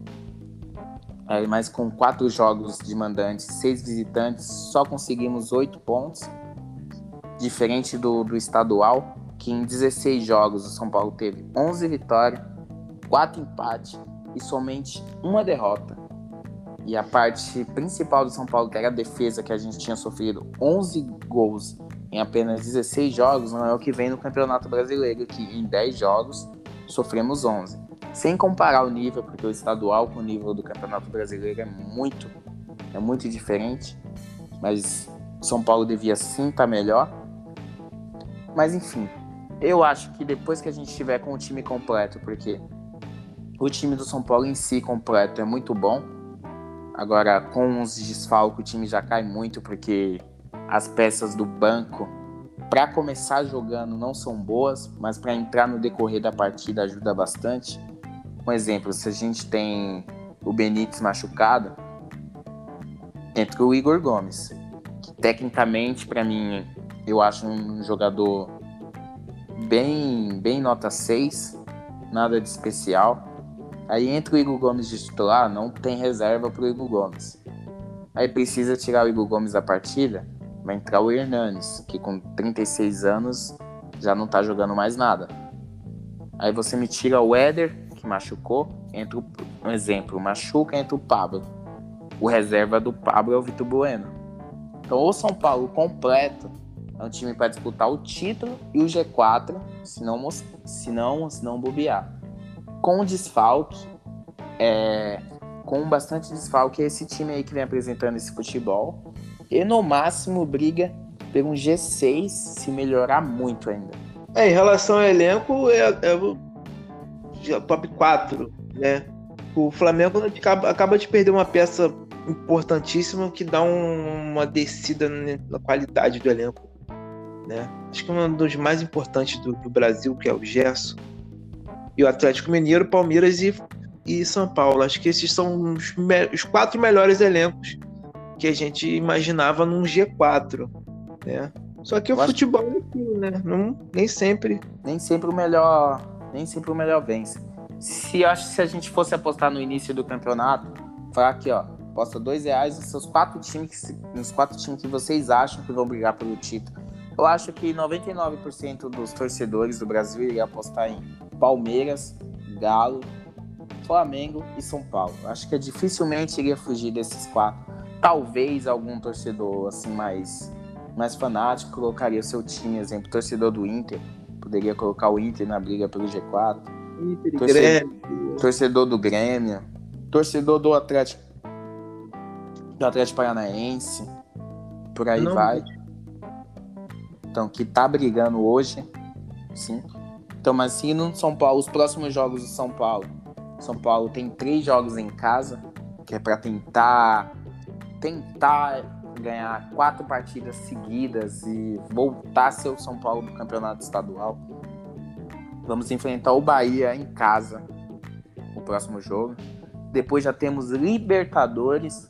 É, mas com quatro jogos de mandantes, seis visitantes, só conseguimos oito pontos. Diferente do, do estadual, que em dezesseis jogos o São Paulo teve onze vitórias, quatro empates e somente uma derrota. E a parte principal do São Paulo, que era a defesa, que a gente tinha sofrido onze gols em apenas dezesseis jogos, não é o que vem no Campeonato Brasileiro, que em dez jogos sofremos onze. Sem comparar o nível, porque o estadual com o nível do Campeonato Brasileiro é muito, é muito diferente. Mas o São Paulo devia sim estar melhor. Mas enfim, eu acho que depois que a gente estiver com o time completo, porque o time do São Paulo em si completo é muito bom. Agora, com os desfalques, o time já cai muito, porque as peças do banco, para começar jogando, não são boas, mas para entrar no decorrer da partida ajuda bastante. Um exemplo, se a gente tem o Benítez machucado, entra o Igor Gomes, que tecnicamente, para mim, eu acho um jogador bem, bem nota seis, nada de especial. Aí entra o Igor Gomes de titular, não tem reserva pro Igor Gomes. Aí precisa tirar o Igor Gomes da partida, vai entrar o Hernanes, que com trinta e seis anos já não tá jogando mais nada. Aí você me tira o Éder, que machucou, entra o, um exemplo, machuca, entra o Pablo. O reserva do Pablo é o Vitor Bueno. Então o São Paulo completo é um time para disputar o título e o G quatro, se não, se não, se não bobear. Com desfalque, é, com bastante desfalque, é esse time aí que vem apresentando esse futebol. E no máximo briga por um G seis, se melhorar muito ainda. É, em relação ao elenco, é, é o top quatro, né? O Flamengo acaba, acaba de perder uma peça importantíssima que dá um, uma descida na qualidade do elenco, né? Acho que um dos mais importantes do, do Brasil, que é o Gerson, e o Atlético Mineiro, Palmeiras e, e São Paulo. Acho que esses são os, me, os quatro melhores elencos que a gente imaginava num G quatro, né? Só que o Eu futebol é aquilo, né? Não, nem sempre. Nem sempre o melhor, nem sempre o melhor vence. Se eu acho que se a gente fosse apostar no início do campeonato, falar aqui, ó, aposta dois reais nos seus quatro times, nos quatro times que vocês acham que vão brigar pelo título. Eu acho que noventa e nove por cento dos torcedores do Brasil iria apostar em Palmeiras, Galo, Flamengo e São Paulo. Acho que dificilmente iria fugir desses quatro. Talvez algum torcedor assim mais, mais fanático colocaria seu time, exemplo, torcedor do Inter, poderia colocar o Inter na briga pelo G quatro. Inter, torcedor, torcedor do Grêmio, torcedor do Atlético, do Atlético Paranaense, por aí Não. vai. Então, que tá brigando hoje, sim. Então, mas sim, no São Paulo, os próximos jogos do São Paulo. São Paulo tem três jogos em casa, que é para tentar, tentar ganhar quatro partidas seguidas e voltar a ser o São Paulo do campeonato estadual. Vamos enfrentar o Bahia em casa, o próximo jogo. Depois já temos Libertadores.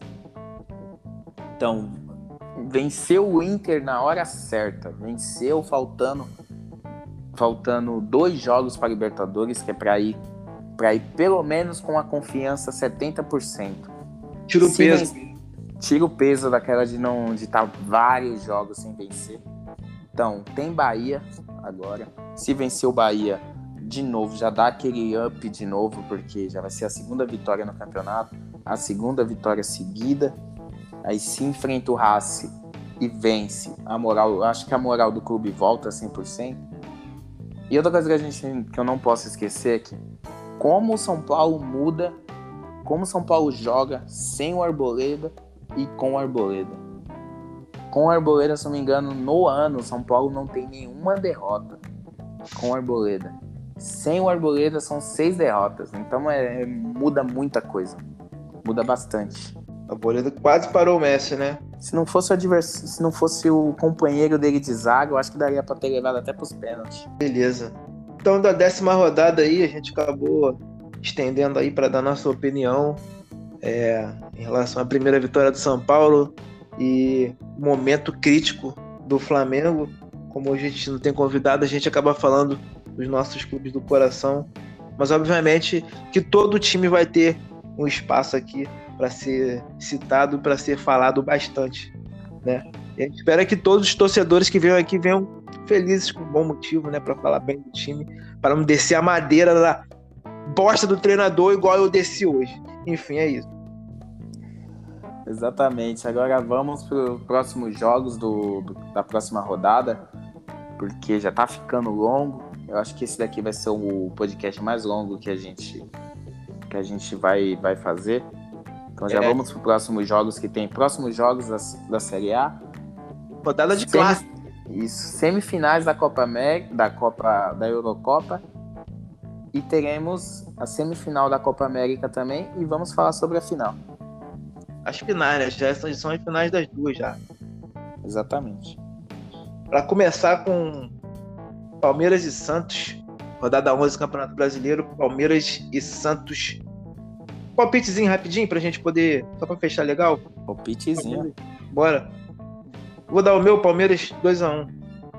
Então, venceu o Inter na hora certa. Venceu faltando, faltando dois jogos para Libertadores, que é para ir, para ir pelo menos com a confiança setenta por cento. Tira o Se peso. Vence, tira o peso daquela de não de estar vários jogos sem vencer. Então, tem Bahia agora. Se vencer o Bahia de novo, já dá aquele up de novo, porque já vai ser a segunda vitória no campeonato, a segunda vitória seguida. Aí se enfrenta o Racing e vence, a moral, acho que a moral do clube volta cem por cento. E outra coisa que, a gente, que eu não posso esquecer é que como o São Paulo muda, como o São Paulo joga sem o Arboleda e com o Arboleda. Com o Arboleda, se não me engano, no ano, o São Paulo não tem nenhuma derrota com o Arboleda. Sem o Arboleda são seis derrotas. Então é, é, muda muita coisa. Muda bastante. A Arboleda quase parou o Messi, né? Se não fosse o adversário, se não fosse o companheiro dele de zaga, eu acho que daria pra ter levado até pros pênaltis. Beleza. Então, da décima rodada aí, a gente acabou estendendo aí para dar nossa opinião é, em relação à primeira vitória do São Paulo e momento crítico do Flamengo. Como a gente não tem convidado, a gente acaba falando dos nossos clubes do coração. Mas, obviamente, que todo time vai ter um espaço aqui para ser citado, para ser falado bastante, né? E a gente espera que todos os torcedores que venham aqui venham felizes com bom motivo, né? Para falar bem do time, para não descer a madeira da bosta do treinador igual eu desci hoje. Enfim, é isso. Exatamente. Agora vamos para os próximos jogos do, do, da próxima rodada, porque já tá ficando longo. Eu acho que esse daqui vai ser o podcast mais longo que a gente, que a gente vai, vai fazer. Então já é. Vamos para os próximos jogos que tem. Próximos jogos da, da Série A. Rodada de clássico. Isso. Semifinais da Copa América, da Copa, da Eurocopa. E teremos a semifinal da Copa América também. E vamos falar sobre a final. As finais, né? Já são as finais das duas já. Exatamente. Para começar com Palmeiras e Santos. Rodada onze do Campeonato Brasileiro. Palmeiras e Santos. Palpitezinho rapidinho pra gente poder... Só pra fechar legal. Palpitezinho. Bora. Vou dar o meu, Palmeiras dois a um.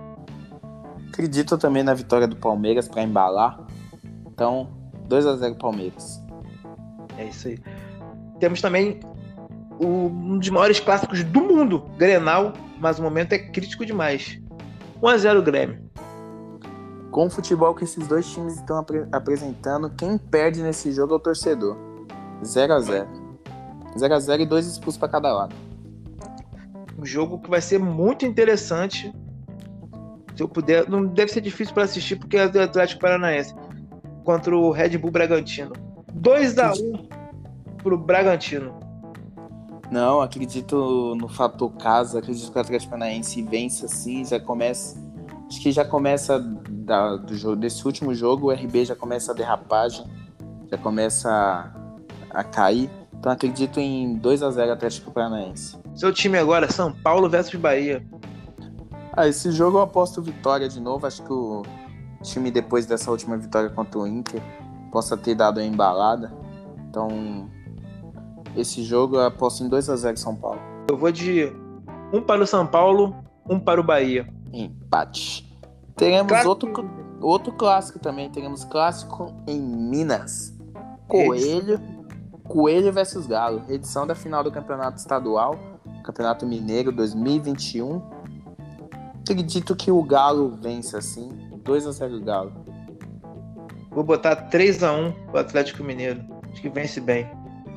Acredito também na vitória do Palmeiras pra embalar. Então, dois a zero Palmeiras. É isso aí. Temos também o, um dos maiores clássicos do mundo, Grenal, mas o momento é crítico demais. um a zero Grêmio. Com o futebol que esses dois times estão apre- apresentando, quem perde nesse jogo é o torcedor. zero a zero. zero a zero e dois expulsos para cada lado. Um jogo que vai ser muito interessante. Se eu puder, não deve ser difícil para assistir porque é do Atlético Paranaense contra o Red Bull Bragantino. dois a um pro Bragantino. Não, acredito no fator casa, acredito que o Atlético Paranaense vence assim, já começa, acho que já começa da, do jogo, desse último jogo, o R B já começa a derrapagem, já começa a, a cair. Então acredito em dois a zero Atlético Paranaense. Seu time agora, São Paulo versus Bahia. Ah, esse jogo eu aposto vitória de novo. Acho que o time, depois dessa última vitória contra o Inter, possa ter dado a embalada. Então, esse jogo eu aposto em dois a zero São Paulo. Eu vou de um para o São Paulo, um para o Bahia. Empate. Teremos Clássico. outro, outro clássico também. Teremos clássico em Minas. Coelho. Coelho versus Galo, edição da final do Campeonato Estadual, Campeonato Mineiro dois mil e vinte e um. Acredito que o Galo vence assim, dois a zero Galo. Vou botar três a um pro Atlético Mineiro. Acho que vence bem.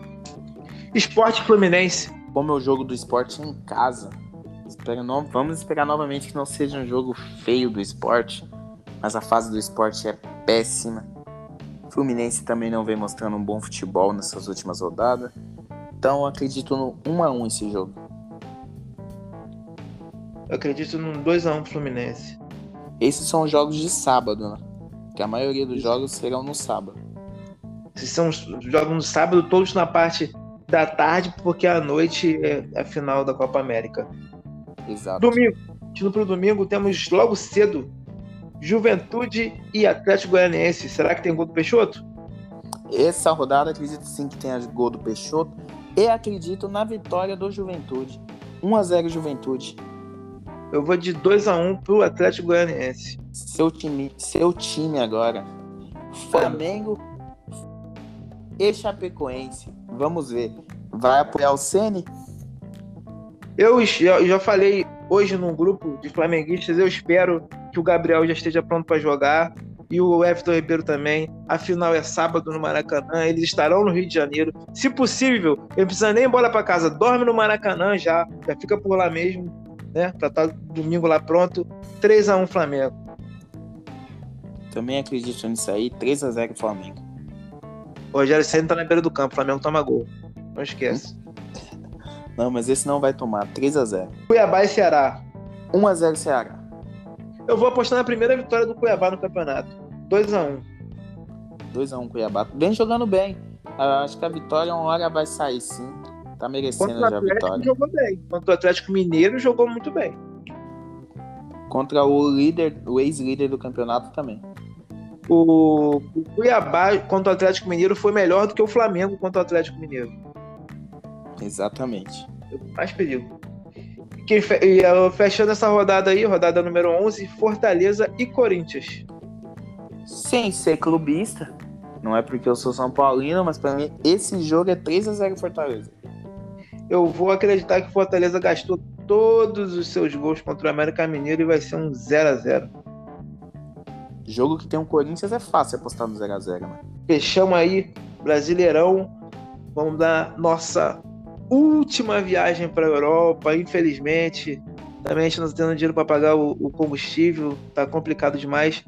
Sport Fluminense. Como é o jogo do Sport em casa, espero no... vamos esperar novamente que não seja um jogo feio do Sport, mas a fase do Sport é péssima. Fluminense também não vem mostrando um bom futebol nessas últimas rodadas. Então eu acredito no um a um esse jogo. Eu acredito num dois a um pro Fluminense. Esses são os jogos de sábado, né? Que a maioria dos jogos serão no sábado. Esses são os jogos no sábado, todos na parte da tarde, porque à noite é a final da Copa América. Exato. Domingo. Indo pro domingo, temos logo cedo Juventude e Atlético Goianiense. Será que tem gol do Peixoto? Essa rodada acredito sim que tenha gol do Peixoto. E acredito na vitória do Juventude. um a zero Juventude. Eu vou de dois a um pro Atlético Goianiense. Seu time, seu time agora. Flamengo e Chapecoense. Vamos ver. Vai apoiar o Ceni? Eu já, já falei hoje num grupo de flamenguistas, eu espero que o Gabriel já esteja pronto para jogar e o Everton Ribeiro também. A final é sábado no Maracanã, eles estarão no Rio de Janeiro. Se possível, não precisa nem ir embora para casa, dorme no Maracanã já, já fica por lá mesmo. né? Pra estar domingo lá pronto. três a um Flamengo. Também acredito nisso aí. três a zero Flamengo. O Rogério Ceni tá na beira do campo. O Flamengo toma gol. Não esquece. Não, mas esse não vai tomar. três a zero. Cuiabá e Ceará. um a zero Ceará. Eu vou apostar na primeira vitória do Cuiabá no campeonato. dois a um. dois a um Cuiabá. Vem jogando bem. Eu acho que a vitória uma hora vai sair, sim. Tá merecendo Contra o já a Atlético vitória. jogou bem. Contra o Atlético Mineiro jogou muito bem. Contra o líder, o ex-líder do campeonato também. O, o Cuiabá contra o Atlético Mineiro foi melhor do que o Flamengo contra o Atlético Mineiro. Exatamente. Mais perigo. Quem fe... e, uh, fechando essa rodada aí, rodada número onze, Fortaleza e Corinthians. Sem ser clubista, não é porque eu sou São Paulino, mas pra mim esse jogo é três a zero Fortaleza. Eu vou acreditar que Fortaleza gastou todos os seus gols contra o América Mineiro e vai ser um zero a zero. Jogo que tem um Corinthians é fácil apostar no zero a zero, né? Fechamos aí, Brasileirão. Vamos dar nossa última viagem para a Europa, infelizmente. Também a gente não está tendo dinheiro para pagar o, o combustível, tá complicado demais.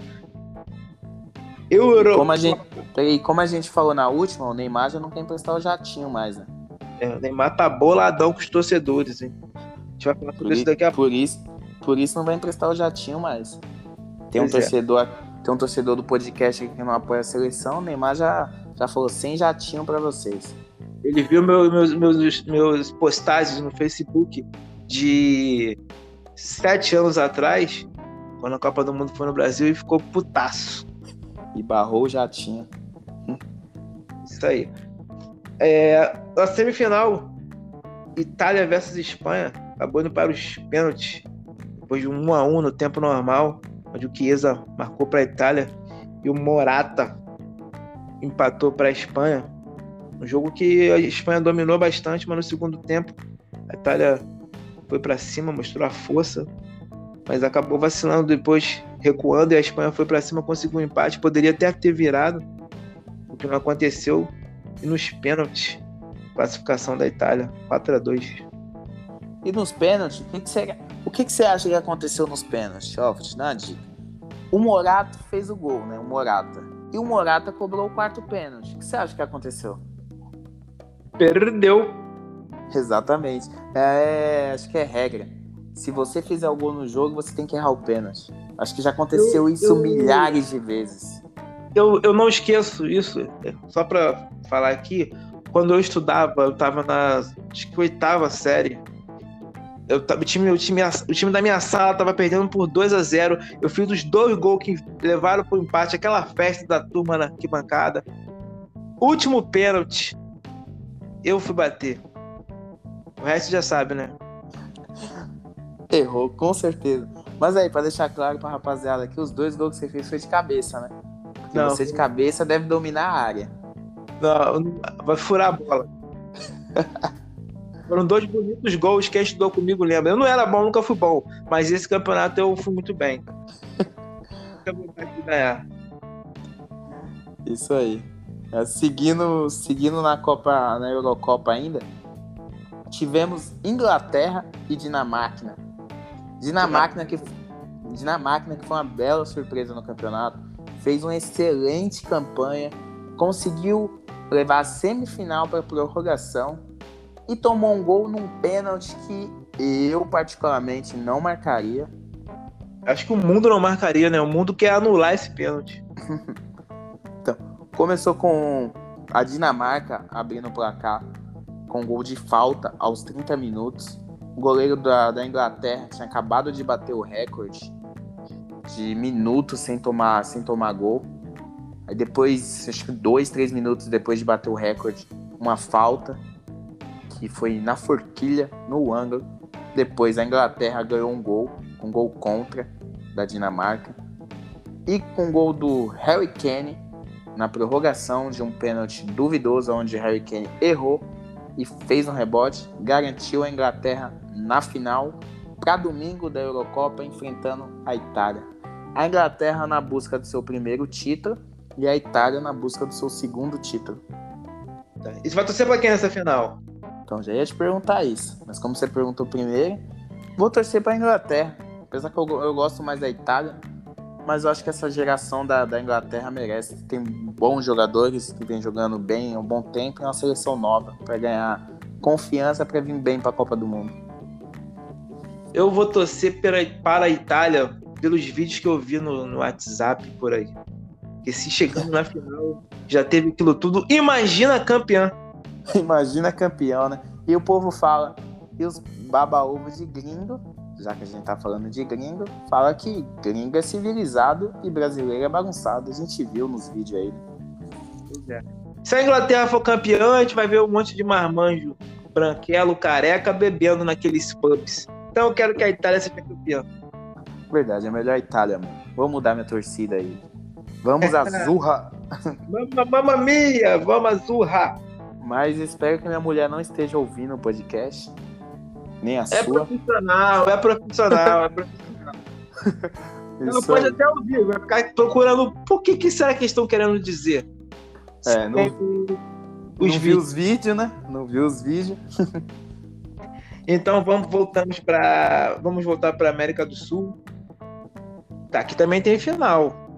Euro... Como a gente, peraí, como a gente falou na última, o Neymar já não quer emprestar o jatinho mais, né? É, o Neymar tá boladão com os torcedores, hein? A gente vai falar sobre Por, isso daqui a pouco. por isso, por isso não vai emprestar o jatinho mais. Tem um Pois é. torcedor, tem um torcedor do podcast aqui que não apoia a seleção, o Neymar já, já falou sem jatinho pra vocês. Ele viu meu, meus, meus, meus postagens no Facebook de sete anos atrás, quando a Copa do Mundo foi no Brasil, e ficou putaço. E barrou o jatinho. Isso aí. É, a semifinal, Itália versus Espanha, acabou indo para os pênaltis. Depois de um 1 a um no tempo normal, onde o Chiesa marcou para a Itália e o Morata empatou para a Espanha. Um jogo que a Espanha dominou bastante, mas no segundo tempo a Itália foi para cima, mostrou a força, mas acabou vacilando depois, recuando, e a Espanha foi para cima, conseguiu um empate. Poderia até ter virado, o que não aconteceu. E nos pênaltis, classificação da Itália, quatro a dois. E nos pênaltis, o que, que, você, o que, que você acha que aconteceu nos pênaltis? Ó, vou te dar uma dica. O Morata fez o gol, né? O Morata. E o Morata cobrou o quarto pênalti. O que você acha que aconteceu? Perdeu. Exatamente. É, acho que é regra. Se você fizer o gol no jogo, você tem que errar o pênalti. Acho que já aconteceu eu, isso eu... milhares de vezes. Eu, eu não esqueço isso. Só pra falar aqui, quando eu estudava, eu tava na acho que oitava série. Eu, o, time, o, time, o time da minha sala tava perdendo por dois a zero. Eu fiz os dois gols que levaram pro empate, aquela festa da turma na arquibancada. Último pênalti, eu fui bater. O resto já sabe, né? Errou, com certeza. Mas aí, pra deixar claro pra rapaziada aqui, os dois gols que você fez foi de cabeça, né? Porque não, você de cabeça deve dominar a área. Não, vai furar a bola. Foram dois bonitos gols. Quem estudou comigo lembra. Eu não era bom, nunca fui bom. Mas esse campeonato eu fui muito bem. Fica vontade de ganhar. Isso aí. Seguindo, seguindo na Copa, na Eurocopa ainda, tivemos Inglaterra e Dinamarca. Dinamarca que, Dinamarca que foi uma bela surpresa no campeonato. Fez uma excelente campanha. Conseguiu levar a semifinal para a prorrogação. E tomou um gol num pênalti que eu particularmente não marcaria. Acho que o mundo não marcaria, né? O mundo quer anular esse pênalti. Então, começou com a Dinamarca abrindo o placar com gol de falta aos trinta minutos. O goleiro da, da Inglaterra tinha acabado de bater o recorde de minutos sem tomar, sem tomar gol. Aí depois, acho que dois, três minutos depois de bater o recorde, uma falta que foi na forquilha, no ângulo. Depois a Inglaterra ganhou um gol, um gol contra da Dinamarca. E com o gol do Harry Kane na prorrogação de um pênalti duvidoso, onde Harry Kane errou e fez um rebote, garantiu a Inglaterra na final para domingo da Eurocopa, enfrentando a Itália. A Inglaterra na busca do seu primeiro título e a Itália na busca do seu segundo título. E você vai torcer para quem nessa final? Então já ia te perguntar isso, mas como você perguntou primeiro, Vou torcer pra Inglaterra. Apesar que eu, eu gosto mais da Itália. Mas eu acho que essa geração da, da Inglaterra merece. Tem bons jogadores que vem jogando bem há um bom tempo e uma seleção nova para ganhar confiança para vir bem para a Copa do Mundo. Eu vou torcer pela, para a Itália pelos vídeos que eu vi no, no WhatsApp por aí. Porque se chegando na final já teve aquilo tudo, imagina campeã. Imagina campeão, né? E o povo fala, e os baba-ovos de gringo, já que a gente tá falando de gringo, fala que gringo é civilizado e brasileiro é bagunçado. A gente viu nos vídeos aí. Pois é. Se a Inglaterra for campeã, a gente vai ver um monte de marmanjo branquelo, careca, bebendo naqueles pubs. Então eu quero que a Itália seja campeã. Verdade, é melhor a Itália, mano. Vou mudar minha torcida aí. Vamos, Azurra! Mamma mia! Vamos, Azurra! Mas espero que minha mulher não esteja ouvindo o podcast. Nem a é sua. Profissional, é profissional, é profissional. Ela pode até ouvir, vai ficar procurando por que, que será que eles estão querendo dizer. É, não, os não viu os vídeos, né? Não viu os vídeos. Então vamos voltamos para vamos voltar para América do Sul. Tá, aqui também tem final.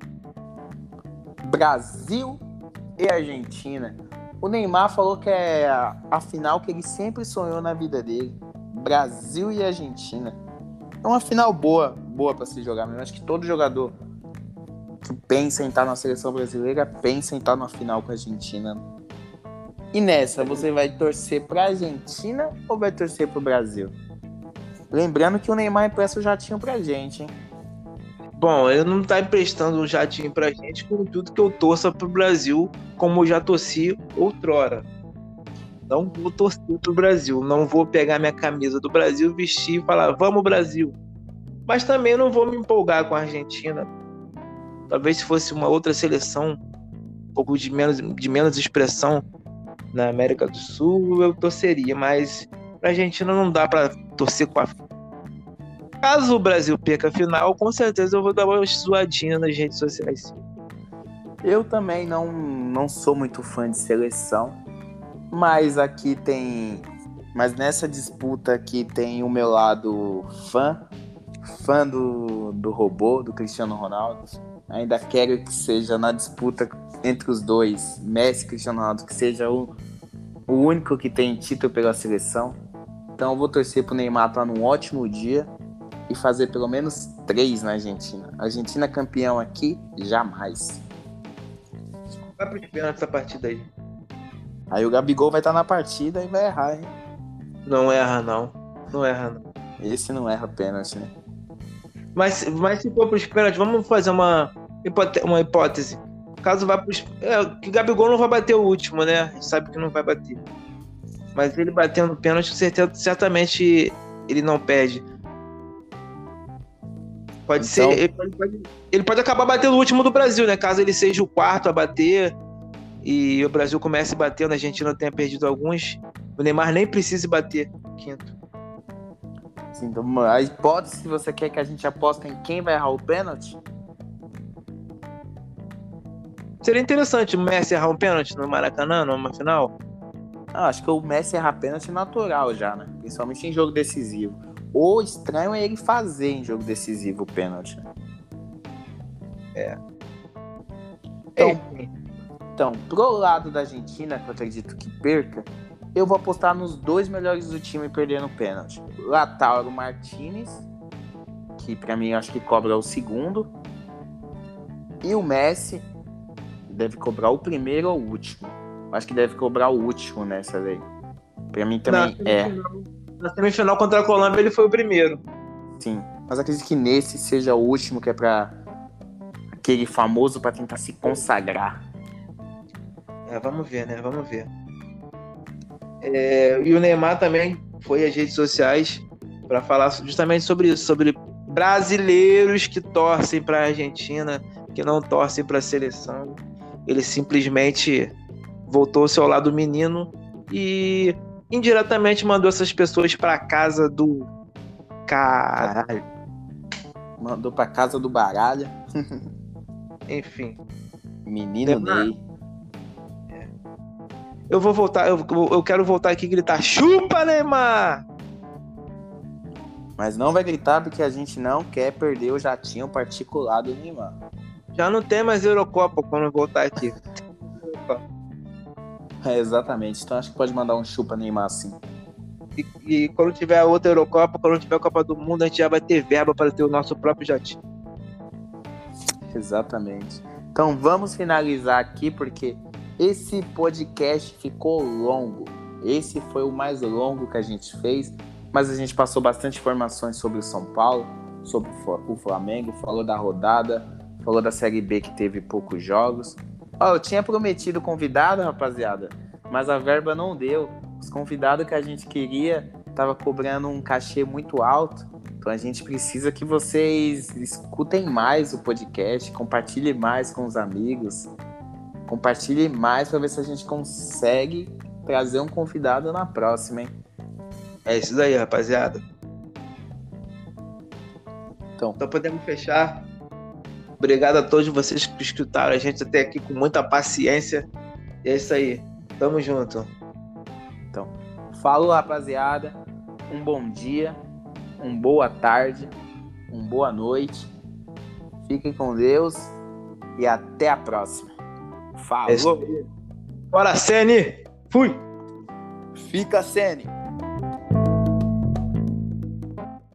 Brasil e Argentina. O Neymar falou que é a, a final que ele sempre sonhou na vida dele. Brasil e Argentina. É uma final boa, boa para se jogar mesmo. Acho que todo jogador que pensa em estar na seleção brasileira pensa em estar na final com a Argentina. E nessa, você vai torcer pra Argentina ou vai torcer pro Brasil? Lembrando que o Neymar empresta o jatinho pra gente, hein? Bom, ele não tá emprestando um jatinho pra gente, contudo que eu torça pro Brasil, como eu já torci outrora. Não vou torcer pro Brasil, não vou pegar minha camisa do Brasil, vestir e falar, vamos Brasil. Mas também não vou me empolgar com a Argentina. Talvez se fosse uma outra seleção, um pouco de menos, de menos expressão na América do Sul, eu torceria, mas pra Argentina não dá pra torcer com a... Caso o Brasil perca a final, com certeza eu vou dar uma zoadinha nas redes sociais. Eu também não, não sou muito fã de seleção, mas aqui tem... Mas nessa disputa aqui tem o meu lado fã, fã do, do robô, do Cristiano Ronaldo. Ainda quero que seja na disputa entre os dois, Messi e Cristiano Ronaldo, que seja o, o único que tem título pela seleção. Então eu vou torcer pro Neymar estar num ótimo dia e fazer pelo menos três na Argentina. Argentina campeão aqui, jamais. Vai pros pênaltis essa partida aí. Aí o Gabigol vai estar na partida e vai errar, hein? Não erra não, não erra não. Esse não erra pênalti, né? Mas, mas se for pros pênaltis, vamos fazer uma, uma hipótese. Caso vá pros... É, que Gabigol não vai bater o último, né? A gente sabe que não vai bater. Mas ele batendo pênalti, certamente ele não perde. Pode então... ser... Ele pode, ele pode acabar batendo o último do Brasil, né? Caso ele seja o quarto a bater e o Brasil comece batendo, a Argentina tenha perdido alguns, o Neymar nem precise bater o quinto. Então, a hipótese, se você quer que a gente aposte em quem vai errar o pênalti? Seria interessante o Messi errar um pênalti no Maracanã, numa final? Ah, acho que o Messi errar pênalti é natural já, né? Principalmente em jogo decisivo. O estranho é ele fazer em jogo decisivo o pênalti. É. Então, é. então, pro lado da Argentina, que eu acredito que perca, eu vou apostar nos dois melhores do time perdendo o pênalti. Lautaro Martinez, que pra mim eu acho que cobra o segundo. E o Messi deve cobrar o primeiro ou o último. Eu acho que deve cobrar o último nessa lei. Pra mim também na é. Na semifinal contra a Colômbia ele foi o primeiro. Sim, mas acredito que nesse seja o último, que é pra aquele famoso pra tentar se consagrar. É, vamos ver, né? Vamos ver. É, e o Neymar também foi às redes sociais para falar justamente sobre isso, sobre brasileiros que torcem para a Argentina, que não torcem para a seleção. Ele simplesmente voltou-se ao lado menino e indiretamente mandou essas pessoas para casa do caralho. Mandou para casa do baralho. Enfim. Menino Neymar. Ney. Eu vou voltar, eu, eu quero voltar aqui e gritar: chupa, Neymar! Mas não vai gritar porque a gente não quer perder o jatinho particular do Neymar. Já não tem mais Eurocopa quando voltar aqui. É, exatamente. Então acho que pode mandar um chupa Neymar sim. E, e quando tiver a outra Eurocopa, quando tiver a Copa do Mundo, a gente já vai ter verba para ter o nosso próprio jatinho. Exatamente. Então vamos finalizar aqui porque esse podcast ficou longo. Esse foi o mais longo que a gente fez, mas a gente passou bastante informações sobre o São Paulo, sobre o Flamengo, falou da rodada, falou da Série B que teve poucos jogos. Ó, eu tinha prometido convidado, rapaziada, mas a verba não deu. Os convidados que a gente queria estavam cobrando um cachê muito alto. Então a gente precisa que vocês escutem mais o podcast, compartilhem mais com os amigos, compartilhem mais para ver se a gente consegue trazer um convidado na próxima, hein? É isso daí, rapaziada. Então, então podemos fechar. Obrigado a todos vocês que escutaram a gente até aqui com muita paciência. E é isso aí. Tamo junto. Então, falou, rapaziada. Um bom dia, uma boa tarde, uma boa noite. Fiquem com Deus e até a próxima. Falou. É Bora, Sene! Fui! Fica, Sene!